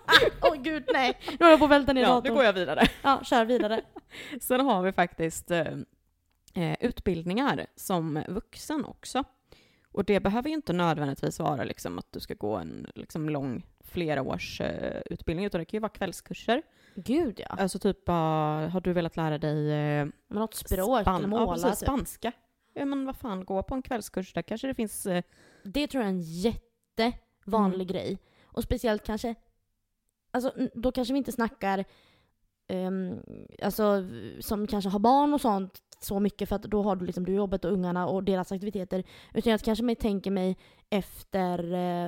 Åh gud, nej. Nu håller jag på att välta ner Ja, datorn. nu går jag vidare. Ja, kör vidare. Sen har vi faktiskt utbildningar som vuxen också. Och det behöver ju inte nödvändigtvis vara liksom att du ska gå en liksom lång, flera års utbildning, utan det kan ju vara kvällskurser. Gud ja. Alltså typ, har du velat lära dig Men något språk eller måla. ja, precis, typ. spanska? Ja, men vad fan, gå på en kvällskurs där kanske det finns... Det tror jag är en jättevanlig grej. Och speciellt kanske, alltså då kanske vi inte snackar alltså som kanske har barn och sånt så mycket, för att då har du liksom jobbet och ungarna och deras aktiviteter, utan jag kanske mig tänker mig efter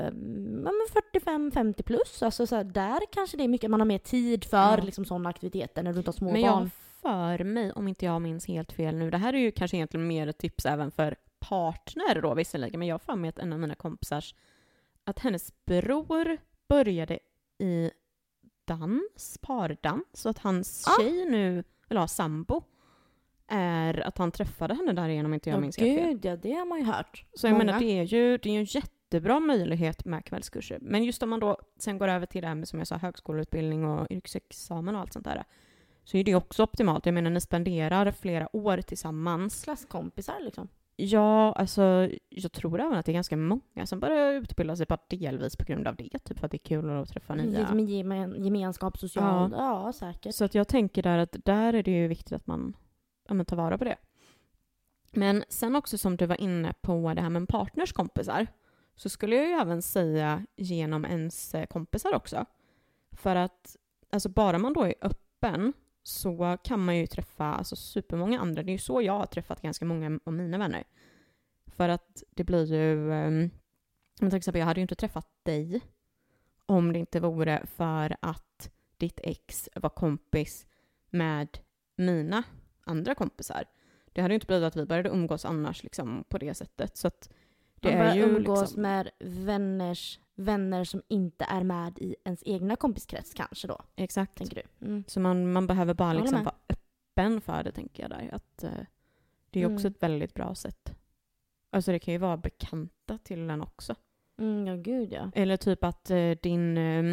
45-50 plus, alltså så här, där kanske det är mycket man har mer tid för liksom sådana aktiviteter när du inte har små men barn. jag för mig, om inte jag minns helt fel nu, det här är ju kanske egentligen mer ett tips även för partner då visserligen, men jag får med att en av mina kompisars, att hennes bror började i pardans, så att hans tjej nu, eller sambo, är att han träffade henne där igen, om inte jag minns helt fel. Gud, ja, det har man ju hört. Så jag menar, det är ju en jättebra möjlighet med kvällskurser. Men just om man då sen går över till det här med, som jag sa, högskoleutbildning och yrkesexamen och allt sånt där, så är det också optimalt. Jag menar, ni spenderar flera år tillsammans. Klasskompisar liksom. Ja, alltså jag tror även att det är ganska många som börjar utbilda sig bara delvis på grund av det. Typ för att det är kul att träffa nya. Gemenskap, socialt. Ja, säkert. Så att jag tänker där att där är det ju viktigt att man tar vara på det. Men sen också, som du var inne på det här med partners kompisar, så skulle jag ju även säga genom ens kompisar också. För att alltså bara man då är öppen, så kan man ju träffa alltså supermånga andra. Det är ju så jag har träffat ganska många av mina vänner. För att det blir ju... till exempel, jag hade ju inte träffat dig om det inte vore för att ditt ex var kompis med mina andra kompisar. Det hade ju inte blivit att vi började umgås annars liksom, på det sättet. Så att det man är ju umgås liksom... med vänner som inte är med i ens egna kompiskrets kanske då. Exakt. Tänker du? Mm. Så man behöver bara Håller liksom med. vara öppen för det, tänker jag där. Att, det är också ett väldigt bra sätt. Alltså det kan ju vara bekanta till en också. Ja, gud ja. Eller typ att din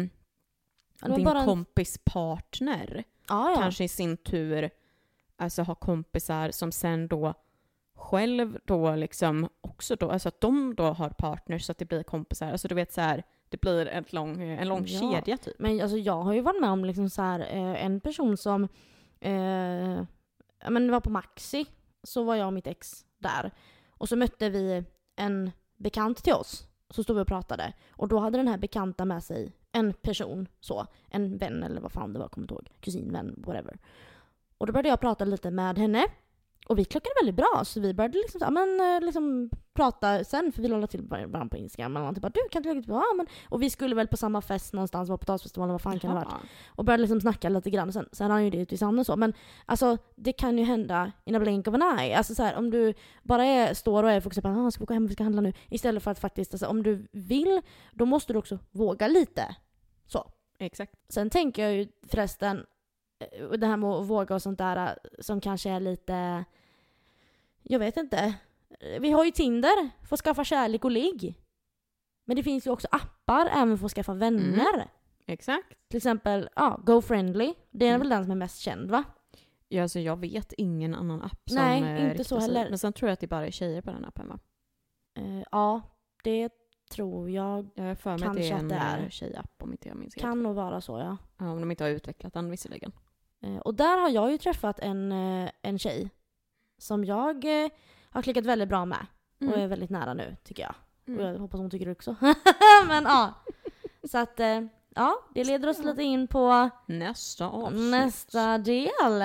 kompis partner kanske i sin tur alltså har kompisar som sen då själv då liksom också då, alltså att de då har partners så att det blir kompisar. Alltså du vet så här, det blir en lång kedja typ. Men alltså jag har ju varit med om liksom så här, en person som men det var på Maxi, så var jag och mitt ex där. Och så mötte vi en bekant till oss. Så stod vi och pratade. Och då hade den här bekanta med sig en person, så. En vän eller vad fan det var, kommer inte ihåg. Kusin, vän, whatever. Och då började jag prata lite med henne. Och vi klockade väldigt bra, så vi började liksom prata sen, för vi lade till varandra på Instagram. Och typ, du kan inte lägga men... Och vi skulle väl på samma fest någonstans, var på Potatisfestivalen, vad fan kan det ha varit. Och började liksom snacka lite grann. Sen har ju det ut i sanden så. Men alltså, det kan ju hända in a blink of an eye. Alltså så här, om du bara står och är fokuserad på ska vi gå hem, vi ska handla nu. Istället för att faktiskt, alltså, om du vill, då måste du också våga lite. Så. Exakt. Sen tänker jag ju förresten, det här med att våga och sånt där som kanske är lite, jag vet inte. Vi har ju Tinder för att skaffa kärlek och ligg. Men det finns ju också appar även för att skaffa vänner. Exakt. Till exempel, GoFriendly. Det är väl den som är mest känd, va? Ja, alltså jag vet ingen annan app som inte så heller. Men sen tror jag att det bara är tjejer på den appen, va? Ja, det tror jag. Jag har för mig att det är en tjejapp, om inte jag minns helt. Kan nog vara så, ja. Ja, om de inte har utvecklat den visserligen. Och där har jag ju träffat en tjej som jag har klickat väldigt bra med. Och är väldigt nära nu, tycker jag. Och jag hoppas hon tycker det också. Men ja. Så att, ja, det leder oss lite in på nästa del.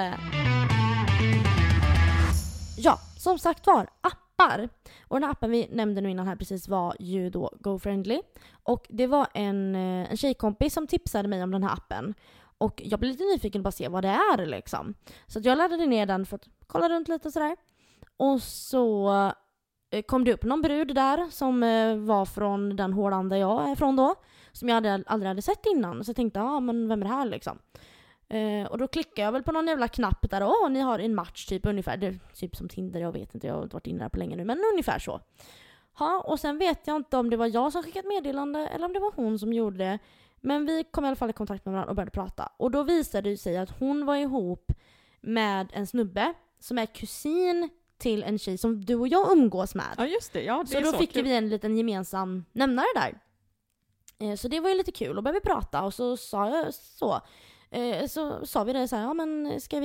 Ja, som sagt var, appar. Och den här appen vi nämnde nu innan här precis var ju då GoFriendly. Och det var en tjejkompis som tipsade mig om den här appen. Och jag blev lite nyfiken på att se vad det är liksom. Så att jag laddade ner den för att kolla runt lite sådär. Och så kom det upp någon brud där som var från den hålan där jag är från då. Som jag aldrig hade sett innan. Så jag tänkte, men vem är det här liksom? Och då klickade jag väl på någon jävla knapp där. Ni har en match typ ungefär. Det är typ som Tinder, jag vet inte. Jag har inte varit inne där på länge nu. Men ungefär så. Ja, och sen vet jag inte om det var jag som skickat meddelande eller om det var hon som gjorde det. Men vi kom i alla fall i kontakt med varandra och började prata. Och då visade det sig att hon var ihop med en snubbe som är kusin till en tjej som du och jag umgås med. Ja, just det. Ja, det så är då så fick kul. vi en liten gemensam nämnare där. Så det var ju lite kul. Och började vi prata och så sa jag så. Så sa vi det så här, ja men ska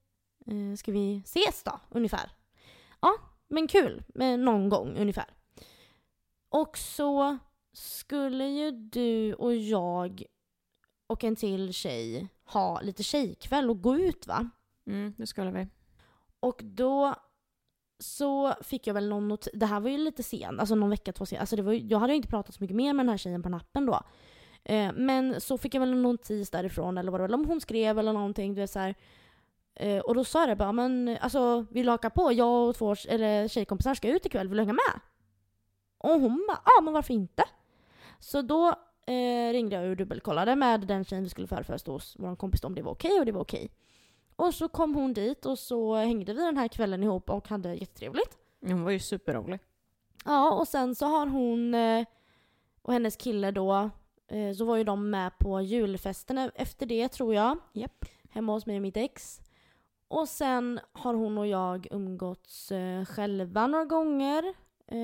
vi ses då ungefär? Ja, men kul. Någon gång ungefär. Och så skulle ju du och jag och en till tjej ha lite tjejkväll och gå ut, va? Det skulle vi. Och då så fick jag väl någon notis. Det här var ju lite sen, alltså någon vecka, 2 sen. Alltså jag hade ju inte pratat så mycket mer med den här tjejen på nappen då. Men så fick jag väl en notis därifrån, eller vad det var, om hon skrev eller någonting, du vet så här. Och då sa jag bara, men alltså vill du haka på? Jag och 2 tjejkompisar ska ut ikväll, vill du hänga med? Och hon bara, ja men varför inte? Så då ringde jag och dubbelkollade med den tjejen vi skulle förfesta hos vår kompis om det var okej, och det var okej. Och så kom hon dit och så hängde vi den här kvällen ihop och hade jättetrevligt. Hon var ju superrolig. Ja, och sen så har hon och hennes kille då, så var ju de med på julfesten efter det, tror jag. Japp. Hemma hos mig och mitt ex. Och sen har hon och jag umgåtts själva några gånger.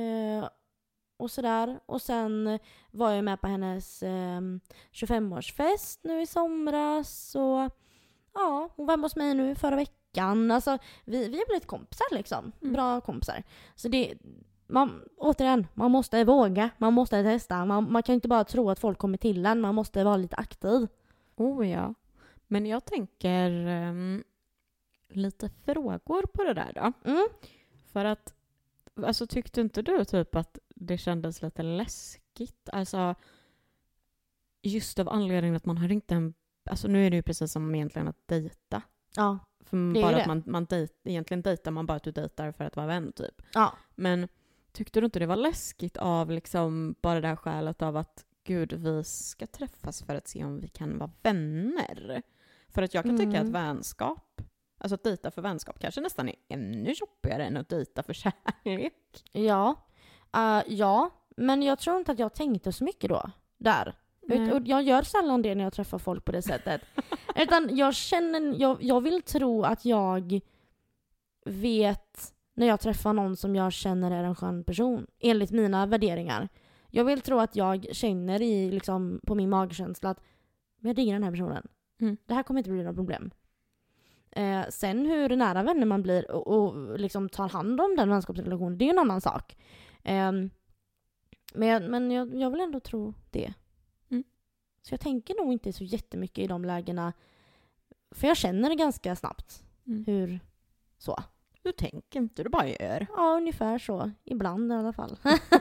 Och sådär. Och sen var jag med på hennes 25-årsfest nu i somras. Och ja, hon var hemma hos mig nu förra veckan. Alltså, vi har blivit kompisar liksom. Bra kompisar. Så det, återigen, man måste våga. Man måste testa. Man kan inte bara tro att folk kommer till en. Man måste vara lite aktiv. Oh ja. Men jag tänker lite frågor på det där då. För att, alltså tyckte inte du typ att det kändes lite läskigt? Alltså, just av anledningen att man har inte en... Alltså nu är det ju precis som egentligen att dejta. Ja, för det är bara det. att man egentligen dejtar man bara att du dejtar för att vara vän typ. Ja. Men tyckte du inte det var läskigt av liksom bara det här skälet av att gud, vi ska träffas för att se om vi kan vara vänner? För att jag kan tycka att vänskap, alltså att dejta för vänskap kanske nästan är ännu jobbigare än att dejta för kärlek. Ja. Ja, men jag tror inte att jag tänkte så mycket då. Där. Och jag gör sällan det när jag träffar folk på det sättet. Utan jag vill tro att jag vet när jag träffar någon som jag känner är en skön person. Enligt mina värderingar. Jag vill tro att jag känner liksom, på min magkänsla att jag diggar den här personen. Det här kommer inte bli några problem. Sen hur nära vänner man blir och liksom tar hand om den vänskapsrelationen, det är en annan sak. Men jag vill ändå tro det. Så jag tänker nog inte så jättemycket i de lägena. För jag känner det ganska snabbt. Hur så. Du tänker inte, du bara gör. Ja, ungefär så. Ibland i alla fall.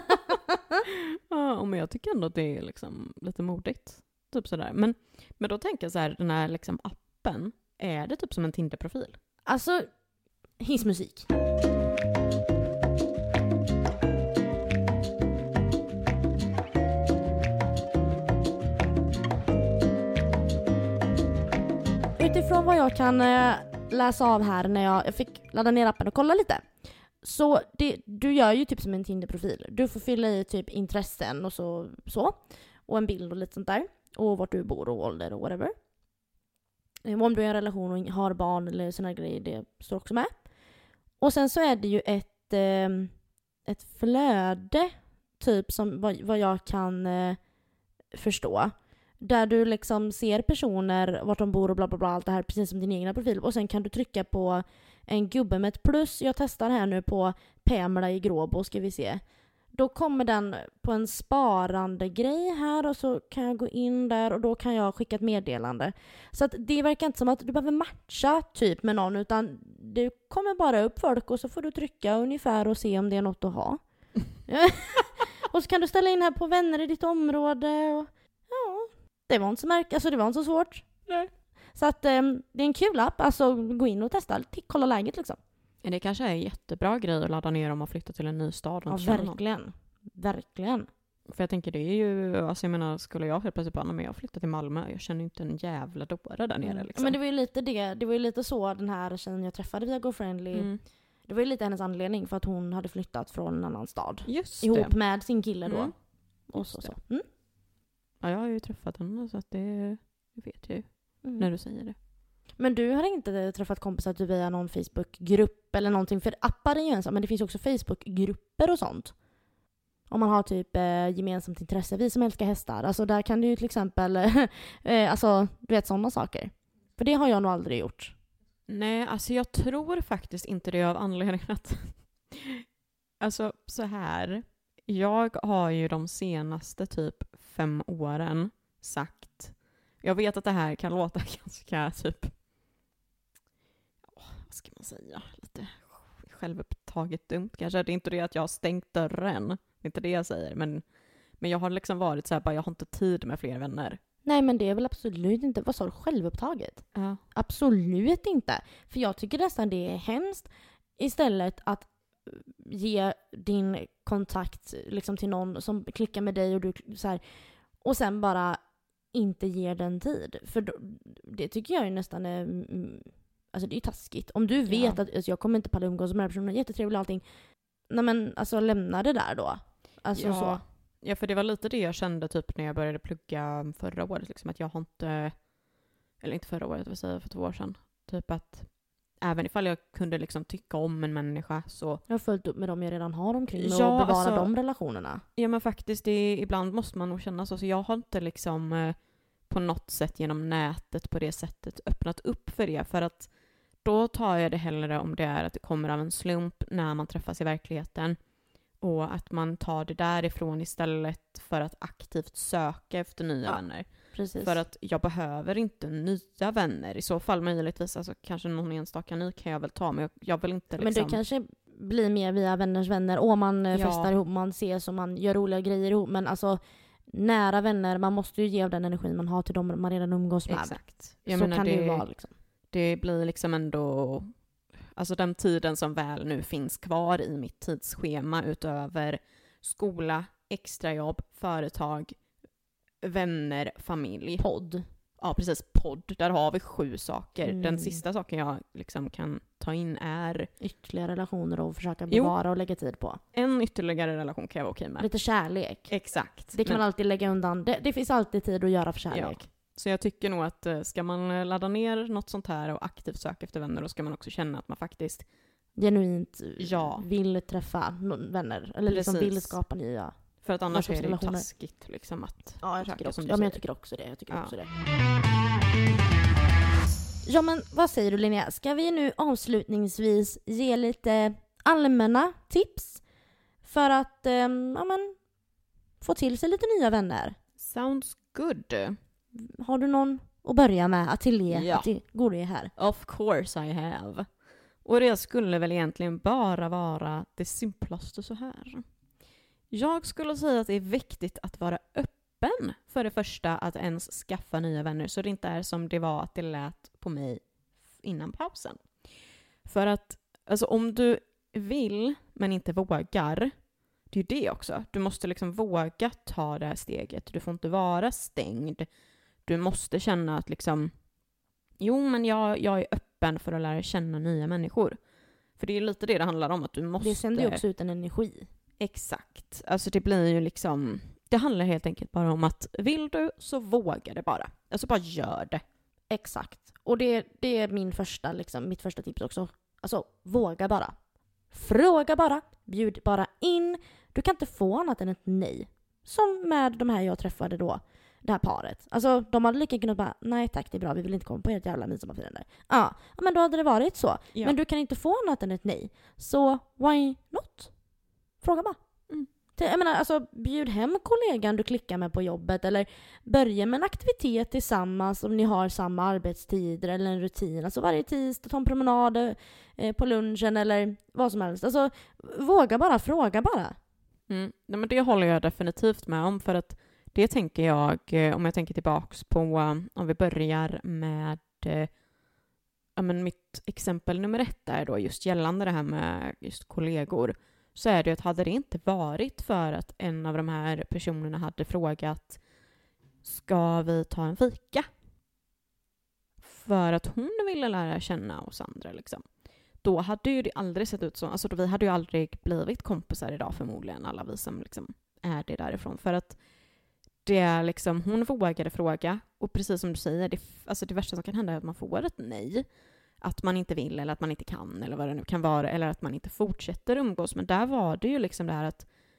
Ja, men jag tycker ändå att det är liksom lite modigt. Typ sådär. Men då tänker jag så här, den här liksom appen, är det typ som en Tinder-profil? Alltså, hissmusik. Utifrån vad jag kan läsa av här när jag fick ladda ner appen och kolla lite. Så du gör ju typ som en Tinder-profil. Du får fylla i typ intressen och så. Och en bild och lite sånt där. Och vart du bor och ålder och whatever. Om du är i en relation och har barn eller såna grejer, det står också med. Och sen så är det ju ett flöde typ som vad jag kan förstå. Där du liksom ser personer, vart de bor och bla bla bla, allt det här precis som din egna profil. Och sen kan du trycka på en gubbe med ett plus. Jag testar här nu på Pamela i Gråbo, ska vi se. Då kommer den på en sparande grej här och så kan jag gå in där och då kan jag skicka ett meddelande. Så att det verkar inte som att du behöver matcha typ med någon, utan det kommer bara upp folk och så får du trycka ungefär och se om det är något att ha. Och så kan du ställa in här på vänner i ditt område och ja, det var inte så alltså det var inte så svårt. Nej. Så att det är en kul app, alltså gå in och testa, kolla läget liksom. Det kanske är en jättebra grej att ladda ner om man flyttar till en ny stad. Ja, verkligen. Verkligen. För jag tänker, det är ju, alltså jag menar, skulle jag helt plötsligt bara, men jag flyttar till Malmö, jag känner ju inte en jävla dåre där nere liksom. Men det var ju lite det var ju lite så den här tjejen jag träffade via GoFriendly. Det var ju lite hennes anledning för att hon hade flyttat från en annan stad. Just ihop det. med sin kille då. Och så. Ja, jag har ju träffat henne så att det vet jag ju när du säger det. Men du har inte träffat kompisar typ via någon Facebookgrupp eller någonting? För appar är ju en sak, men det finns ju också Facebookgrupper och sånt. Om man har typ gemensamt intresse. Vi som älskar hästar. Alltså där kan du ju till exempel alltså du vet sådana saker. För det har jag nog aldrig gjort. Nej, alltså jag tror faktiskt inte det av anledningen att alltså så här. Jag har ju de senaste typ 5 åren sagt, jag vet att det här kan låta ganska typ, vad ska man säga, lite självupptaget dumt kanske. Det är inte det att jag har stängt dörren, det är inte det jag säger, men jag har liksom varit så här, bara jag har inte tid med fler vänner. Nej, men det är väl absolut inte, vad sa du, självupptaget? Ja. Absolut inte. För jag tycker nästan det är hemskt istället att ge din kontakt liksom till någon som klickar med dig och du så här, och sen bara inte ger den tid. För då, det tycker jag är nästan alltså det är ju taskigt. Om du vet att alltså, jag kommer inte palla umgås med den här personen, jättetrevlig och allting. Nej men alltså lämna det där då. Alltså så. Ja, för det var lite det jag kände typ när jag började plugga förra året. Liksom, att jag har inte, eller inte förra året, vad säger jag, för 2 år sedan. Typ att även ifall jag kunde liksom tycka om en människa så... Jag har följt upp med dem jag redan har omkring mig ja, och bevara alltså, de relationerna. Ja men faktiskt, ibland måste man nog känna så. Så jag har inte liksom på något sätt genom nätet på det sättet öppnat upp för det. För att då tar jag det hellre om det är att det kommer av en slump när man träffas i verkligheten. Och att man tar det därifrån istället för att aktivt söka efter nya vänner. Precis. För att jag behöver inte nya vänner. I så fall möjligtvis, alltså, kanske någon enstaka ny kan jag väl ta. Men jag vill inte liksom... Men det kanske blir mer via vänners vänner. Och man festar ihop, man ses och man gör roliga grejer ihop. Men alltså nära vänner, man måste ju ge av den energin man har till dem man redan umgås med. Exakt. Så kan det ju vara liksom. Det blir liksom ändå... Alltså den tiden som väl nu finns kvar i mitt tidsschema utöver skola, extrajobb, företag, vänner, familj. Podd. Ja, precis. Podd. Där har vi 7 saker. Den sista saken jag liksom kan ta in är... Ytterligare relationer och försöka bevara och lägga tid på. En ytterligare relation kan jag vara okej med. Lite kärlek. Exakt. Det kan man alltid lägga undan. Det finns alltid tid att göra för kärlek. Ja. Så jag tycker nog att ska man ladda ner något sånt här och aktivt söka efter vänner, då ska man också känna att man faktiskt genuint vill träffa vänner. Eller liksom vill skapa nya. För att annars är det ju taskigt liksom att... Ja, jag tycker också det. Ja, men vad säger du, Linnea? Ska vi nu avslutningsvis ge lite allmänna tips för att få till sig lite nya vänner? Sounds good. Har du någon att börja med att går det här? Of course I have. Och det skulle väl egentligen bara vara det simplaste så här. Jag skulle säga att det är viktigt att vara öppen för det första att ens skaffa nya vänner, så det inte är som det var att det lät på mig innan pausen. För att alltså, om du vill men inte vågar, det är ju det också. Du måste liksom våga ta det här steget. Du får inte vara stängd. Du måste känna att liksom, jo men jag är öppen för att lära känna nya människor. För det är ju lite det handlar om, att du måste... Det sänder ju också ut en energi. Exakt. Alltså det blir ju liksom... Det handlar helt enkelt bara om att vill du så våga det bara. Alltså bara gör det. Exakt. Och det är mitt första tips också. Alltså våga bara. Fråga bara. Bjud bara in. Du kan inte få annat än ett nej. Som med de här jag träffade då. Det här paret. Alltså de hade lika kunnat bara, nej tack det är bra, vi vill inte komma på ert jävla midsommarfirande. Ja, men då hade det varit så. Ja. Men du kan inte få annat än ett nej. Så why not? Fråga bara. Jag menar, alltså, bjud hem kollegan du klickar med på jobbet, eller börja med en aktivitet tillsammans om ni har samma arbetstider eller en rutin. Alltså varje tisdag ta en promenad på lunchen eller vad som helst. Alltså våga bara, fråga bara. Nej, men det håller jag definitivt med om, för att det tänker jag, om jag tänker tillbaks på, om vi börjar med mitt exempel nummer 1 där då, just gällande det här med just kollegor, så är det att hade det inte varit för att en av de här personerna hade frågat, ska vi ta en fika? För att hon ville lära känna oss andra liksom. Då hade ju det aldrig sett ut så, alltså vi hade ju aldrig blivit kompisar idag förmodligen, alla vi som liksom är det därifrån. För att det är liksom, hon vågade fråga. Och precis som du säger, det värsta som kan hända är att man får ett nej. Att man inte vill eller att man inte kan eller vad det nu kan vara. Eller att man inte fortsätter umgås. Men där var det ju liksom det här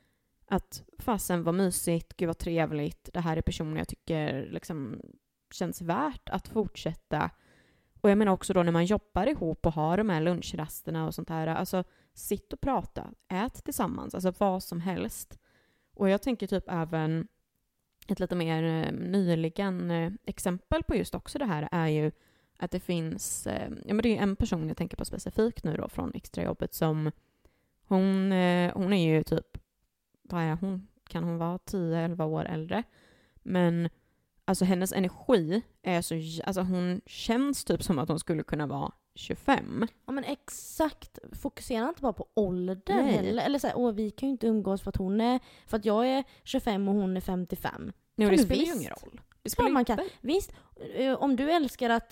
att fasen var mysigt, gud vad trevligt. Det här är personer jag tycker liksom känns värt att fortsätta. Och jag menar också då när man jobbar ihop och har de här lunchrasterna och sånt här. Alltså sitt och prata, ät tillsammans, alltså vad som helst. Och jag tänker typ även ett lite mer nyligen exempel på just också det här är ju att det finns, ja men det är en person jag tänker på specifikt nu då från extrajobbet som hon är ju typ, vad är hon? Kan hon vara 10-11 år äldre? Men alltså hennes energi är så, alltså hon känns typ som att hon skulle kunna vara 25. Ja men exakt, fokusera inte bara på ålder Nej. heller. Eller såhär, vi kan ju inte umgås för att jag är 25 och hon är 55. Nej, Kan det du spelar ju visst? ingen roll. Det Ja, spelar man inte. kan. Visst, om du älskar att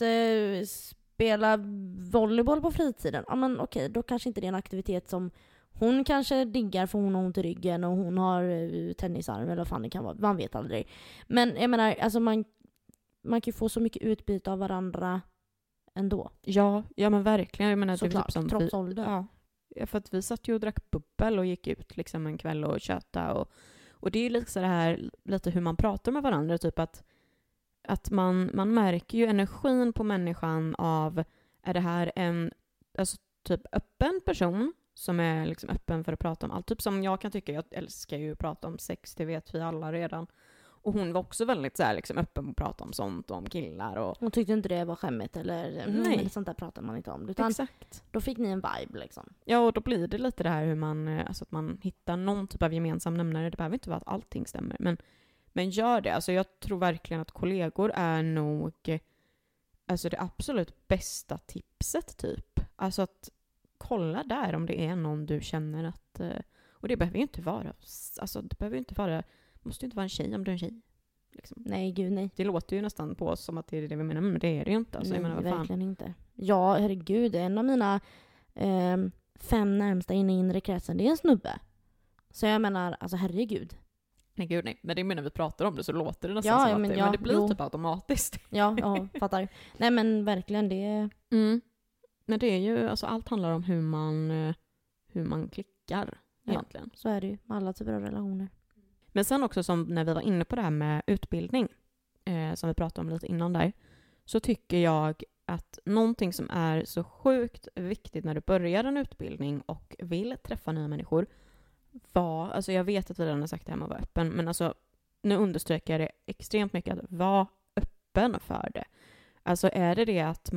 spela volleyboll på fritiden, ja men okej, då kanske inte det är en aktivitet som hon kanske diggar för hon har ont i ryggen och hon har tennisarm eller vad fan det kan vara. Man vet aldrig. Men jag menar, alltså man kan ju få så mycket utbyte av varandra ändå. Ja men verkligen. Jag menar, Såklart, typ som trots ålder. Ja, för att vi satt ju och drack bubbel och gick ut liksom en kväll och köta och det är ju lite så här lite hur man pratar med varandra, typ att man märker ju energin på människan av, är det här en alltså typ öppen person som är liksom öppen för att prata om allt, typ som jag kan tycka, jag älskar ju att prata om sex, det vet vi alla redan. Och hon var också väldigt så här, liksom, öppen att prata om sånt och om killar. Och Hon tyckte inte det var skämmigt eller Nej. sånt där pratar man inte om. Utan exakt. då fick ni en vibe liksom. Ja, och då blir det lite det här hur man, alltså att man hittar någon typ av gemensam nämnare. Det behöver inte vara att allting stämmer. Men gör det. Alltså jag tror verkligen att kollegor är nog alltså det absolut bästa tipset typ. Alltså att kolla där om det är någon du känner att, och det behöver ju inte vara, alltså det behöver ju inte vara, måste ju inte vara en tjej om du är en tjej. Liksom. Nej, gud nej. Det låter ju nästan på oss som att det är det vi menar, men det är det ju inte. Alltså, Nej, jag menar, vad fan. verkligen inte. Ja, herregud. En av mina 5 närmsta inne i inre kretsen, det är en snubbe. Så jag menar, alltså herregud. Nej, gud nej. Men det menar vi pratar om det så låter det nästan Ja, som ja, att men det, ja, men det blir jo. typ automatiskt. Ja, fattar. Nej men verkligen, det... Men det är ju, alltså allt handlar om hur man klickar egentligen. Så är det ju med alla typer av relationer. Men sen också som när vi var inne på det här med utbildning, som vi pratade om lite innan där, så tycker jag att någonting som är så sjukt viktigt när du börjar en utbildning och vill träffa nya människor alltså jag vet att vi redan har sagt det här med att vara öppen, men alltså nu understryker jag det extremt mycket, att vara öppen för det. Alltså är det att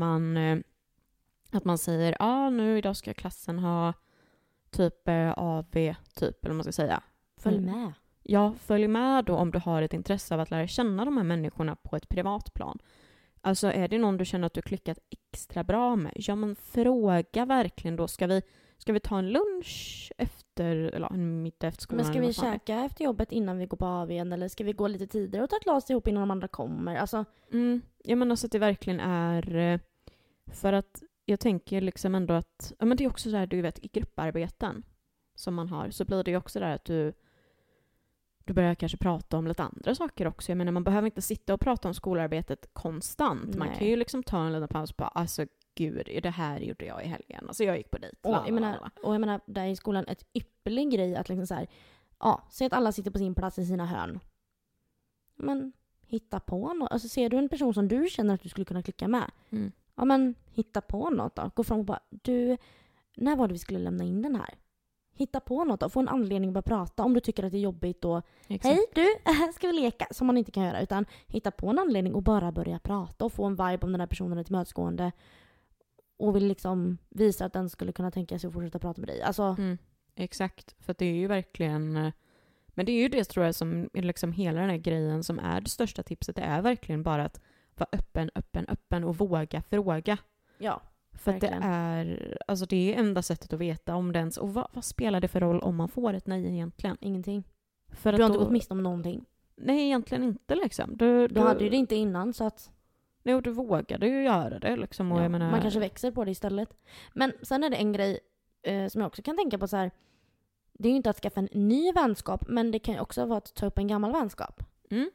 man säger, nu idag ska klassen ha typ AV, typ, eller vad man ska säga. Följ med. Ja, följ med då om du har ett intresse av att lära känna de här människorna på ett privat plan. Alltså är det någon du känner att du klickat extra bra med? Ja, men fråga verkligen då. Ska vi ta en lunch efter, eller en middag efter skolan? Men ska vi käka efter jobbet innan vi går på AW:n? Eller ska vi gå lite tidigare och ta ett glas ihop innan de andra kommer? Alltså... Jag menar så att det verkligen är, för att jag tänker liksom ändå att, ja men det är också så här, du vet, i grupparbeten som man har, så blir det ju också där att du börjar kanske prata om lite andra saker också. Jag menar, man behöver inte sitta och prata om skolarbetet konstant. Nej. Man kan ju liksom ta en liten paus på, alltså gud, det här gjorde jag i helgen. Alltså jag gick på dejt. Och jag menar, där i skolan, ett ypperlig grej att liksom så här, säg att alla sitter på sin plats i sina hörn. Men hitta på något. Alltså ser du en person som du känner att du skulle kunna klicka med, ja men hitta på något då. Gå fram och bara, när var det vi skulle lämna in den här? Hitta på något då. Få en anledning att börja prata. Om du tycker att det är jobbigt då. Exakt. Hej du, ska vi leka? Som man inte kan göra. Utan hitta på en anledning och bara börja prata. Och få en vibe om den här personen är tillmötesgående. Och vill liksom visa att den skulle kunna tänka sig att fortsätta prata med dig. Alltså... Exakt. För det är ju verkligen... Men det är ju det, tror jag, som är liksom hela den här grejen som är det största tipset. Det är verkligen bara att vara öppen och våga fråga. Ja. För att det är, alltså det är enda sättet att veta om det ens, och vad spelar det för roll om man får ett nej egentligen? Ingenting. För du har inte gått miste om någonting. Nej, egentligen inte liksom. Du hade ju det inte innan, så att... Nej, och du vågade ju göra det liksom. Och jag menar... Man kanske växer på det istället. Men sen är det en grej som jag också kan tänka på så här. Det är ju inte att skaffa en ny vänskap, men det kan ju också vara att ta upp en gammal vänskap.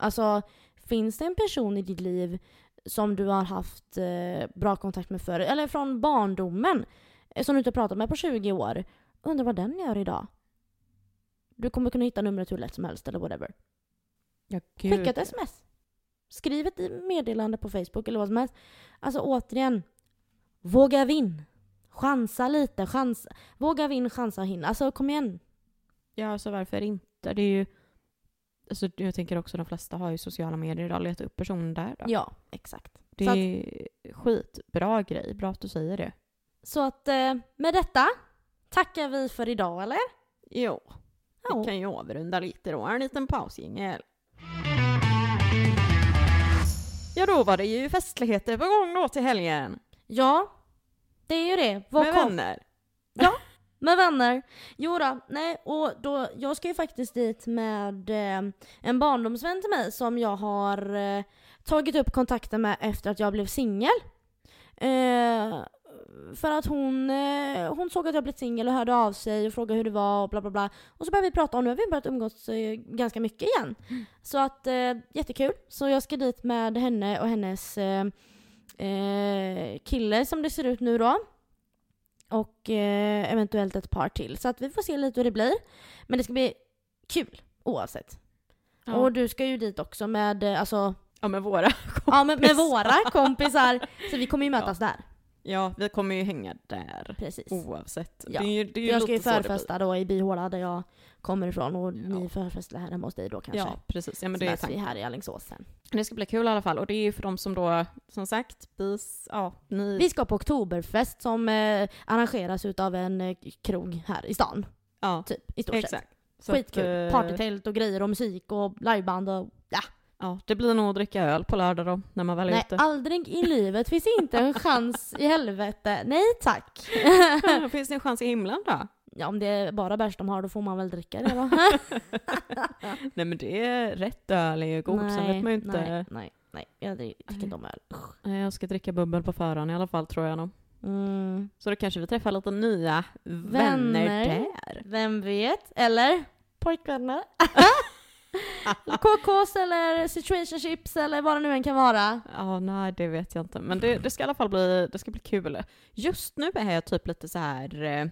Alltså, finns det en person i ditt liv som du har haft bra kontakt med förr, eller från barndomen, som du inte har pratat med på 20 år, undrar vad den gör idag? Du kommer kunna hitta numret hur lätt som helst eller whatever. Ja, gud. Skicka ett sms. Skriv ett meddelande på Facebook eller vad som helst. Alltså återigen, våga vinn. Chansa lite. Våga vinn, chansa och hinna. Alltså kom igen. Ja, alltså varför inte? Det är ju... Alltså, jag tänker också de flesta har ju sociala medier idag. Leta upp personen där då. Ja, exakt. Det är skitbra grej. Bra att du säger det. Så att med detta tackar vi för idag, eller? Jo. Vi kan ju avrunda lite då. En liten pausjingel. Ja, då var det ju festligheter på gång då till helgen. Ja, det är ju det. Med vänner. Ja, med vänner. Jo då, nej, och då, jag ska ju faktiskt dit med en barndomsvän till mig som jag har tagit upp kontakten med efter att jag blev singel. För att hon såg att jag blivit singel och hörde av sig och frågade hur det var och bla bla bla. Och så började vi prata och nu har vi börjat umgås ganska mycket igen. Så att jättekul. Så jag ska dit med henne och hennes kille som det ser ut nu då. Och eventuellt ett par till. Så att vi får se lite hur det blir. Men det ska bli kul oavsett. Ja. Och du ska ju dit också med alltså... Ja, med våra kompisar. Ja, med våra kompisar. Så vi kommer ju mötas där. Ja, vi kommer ju hänga där. Precis. Oavsett. Ja. Det är ju jag ska ju lite förfesta då i Bihåla där jag kommer ifrån. Och ni förfestar här hemma hos dig då kanske. Ja, precis. Ja, men det är vi här i Alingsås sen. Det ska bli kul i alla fall. Och det är ju för dem som då, som sagt, vi ska på Oktoberfest som arrangeras utav en krog här i stan. Ja, typ, i stort exakt. Sett. Skitkul. Partytält och grejer och musik och liveband och Ja, det blir nog att dricka öl på lördag då, när man väl är ute. Nej, aldrig i livet. Finns inte en chans i helvete. Nej, tack. Finns det en chans i himlen då? Ja, om det är bara bärs de har, då får man väl dricka det då. Nej, men det är rätt öl är ju god, så vet man ju inte. Nej. Jag tycker inte om öl. Jag ska dricka bubbel på förhand i alla fall, tror jag nog. Så då kanske vi träffar lite nya vänner där. Vem vet? Eller pojkvänner. KKs eller situationships eller vad det nu än kan vara. Ja, nej, det vet jag inte. Men det ska i alla fall bli kul. Just nu är jag typ lite så här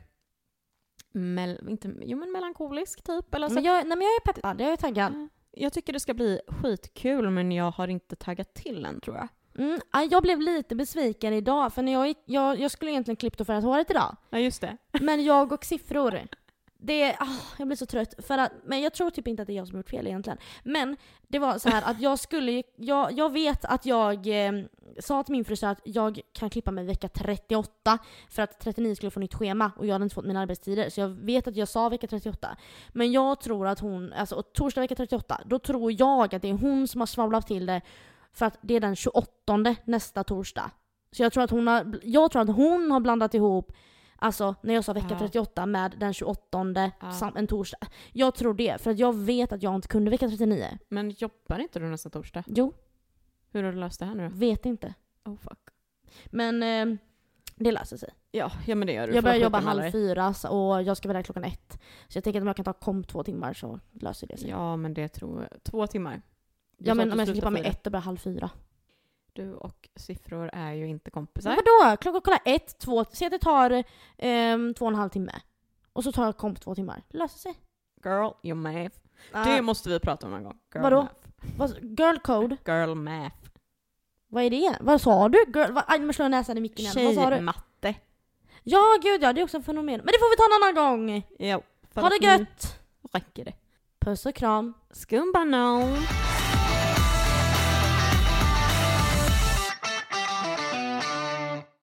melankolisk typ. Eller så. Men jag är peppad, jag är taggad. Jag tycker det ska bli skitkul, men jag har inte taggat till än, tror jag. Jag blev lite besviken idag, för när jag skulle egentligen klippt och färgat håret idag. Ja, just det. Men jag och siffror. Jag blir så trött men jag tror typ inte att det är jag som har gjort fel egentligen. Men det var så här att jag vet att jag sa till min frisör att jag kan klippa mig vecka 38 för att 39 skulle få nytt schema och jag hade inte fått mina arbetstider, så jag vet att jag sa vecka 38. Men jag tror att hon, alltså torsdag vecka 38, då tror jag att det är hon som har svavlat till det, för att det är den 28 nästa torsdag. Så jag tror att hon har blandat ihop, alltså när jag sa vecka 38 med den 28 en torsdag. Jag tror det, för att jag vet att jag inte kunde vecka 39. Men jobbar inte du nästa torsdag? Jo. Hur har du löst det här nu då? Vet inte. Oh fuck. Men det löser sig. Ja, men det gör du. Jag börjar jobba 3:30 och jag ska vara där 1:00. Så jag tänker att om jag kan ta komp 2 timmar så löser det sig. Ja, men det tror jag. 2 timmar. Ja, men om jag ska klippa mig 1 och börja 3:30. Du och siffror är ju inte kompisar. Men vadå? Klockan kolla 1, 2, se att det tar 2,5 timme. Och så tar jag komp 2 timmar. Det löser sig. Girl, you math. Det måste vi prata om en gång. Girl vadå? Math. Girl code? Girl math. Vad är det? Vad sa du? Aj, men slår jag näsan i micken igen. Vad sa du? Tjejmatte. Ja, gud ja. Det är också en fenomen. Men det får vi ta en annan gång. Jo. Ha det gött. Räcker det. Puss och kram. Skumbanan.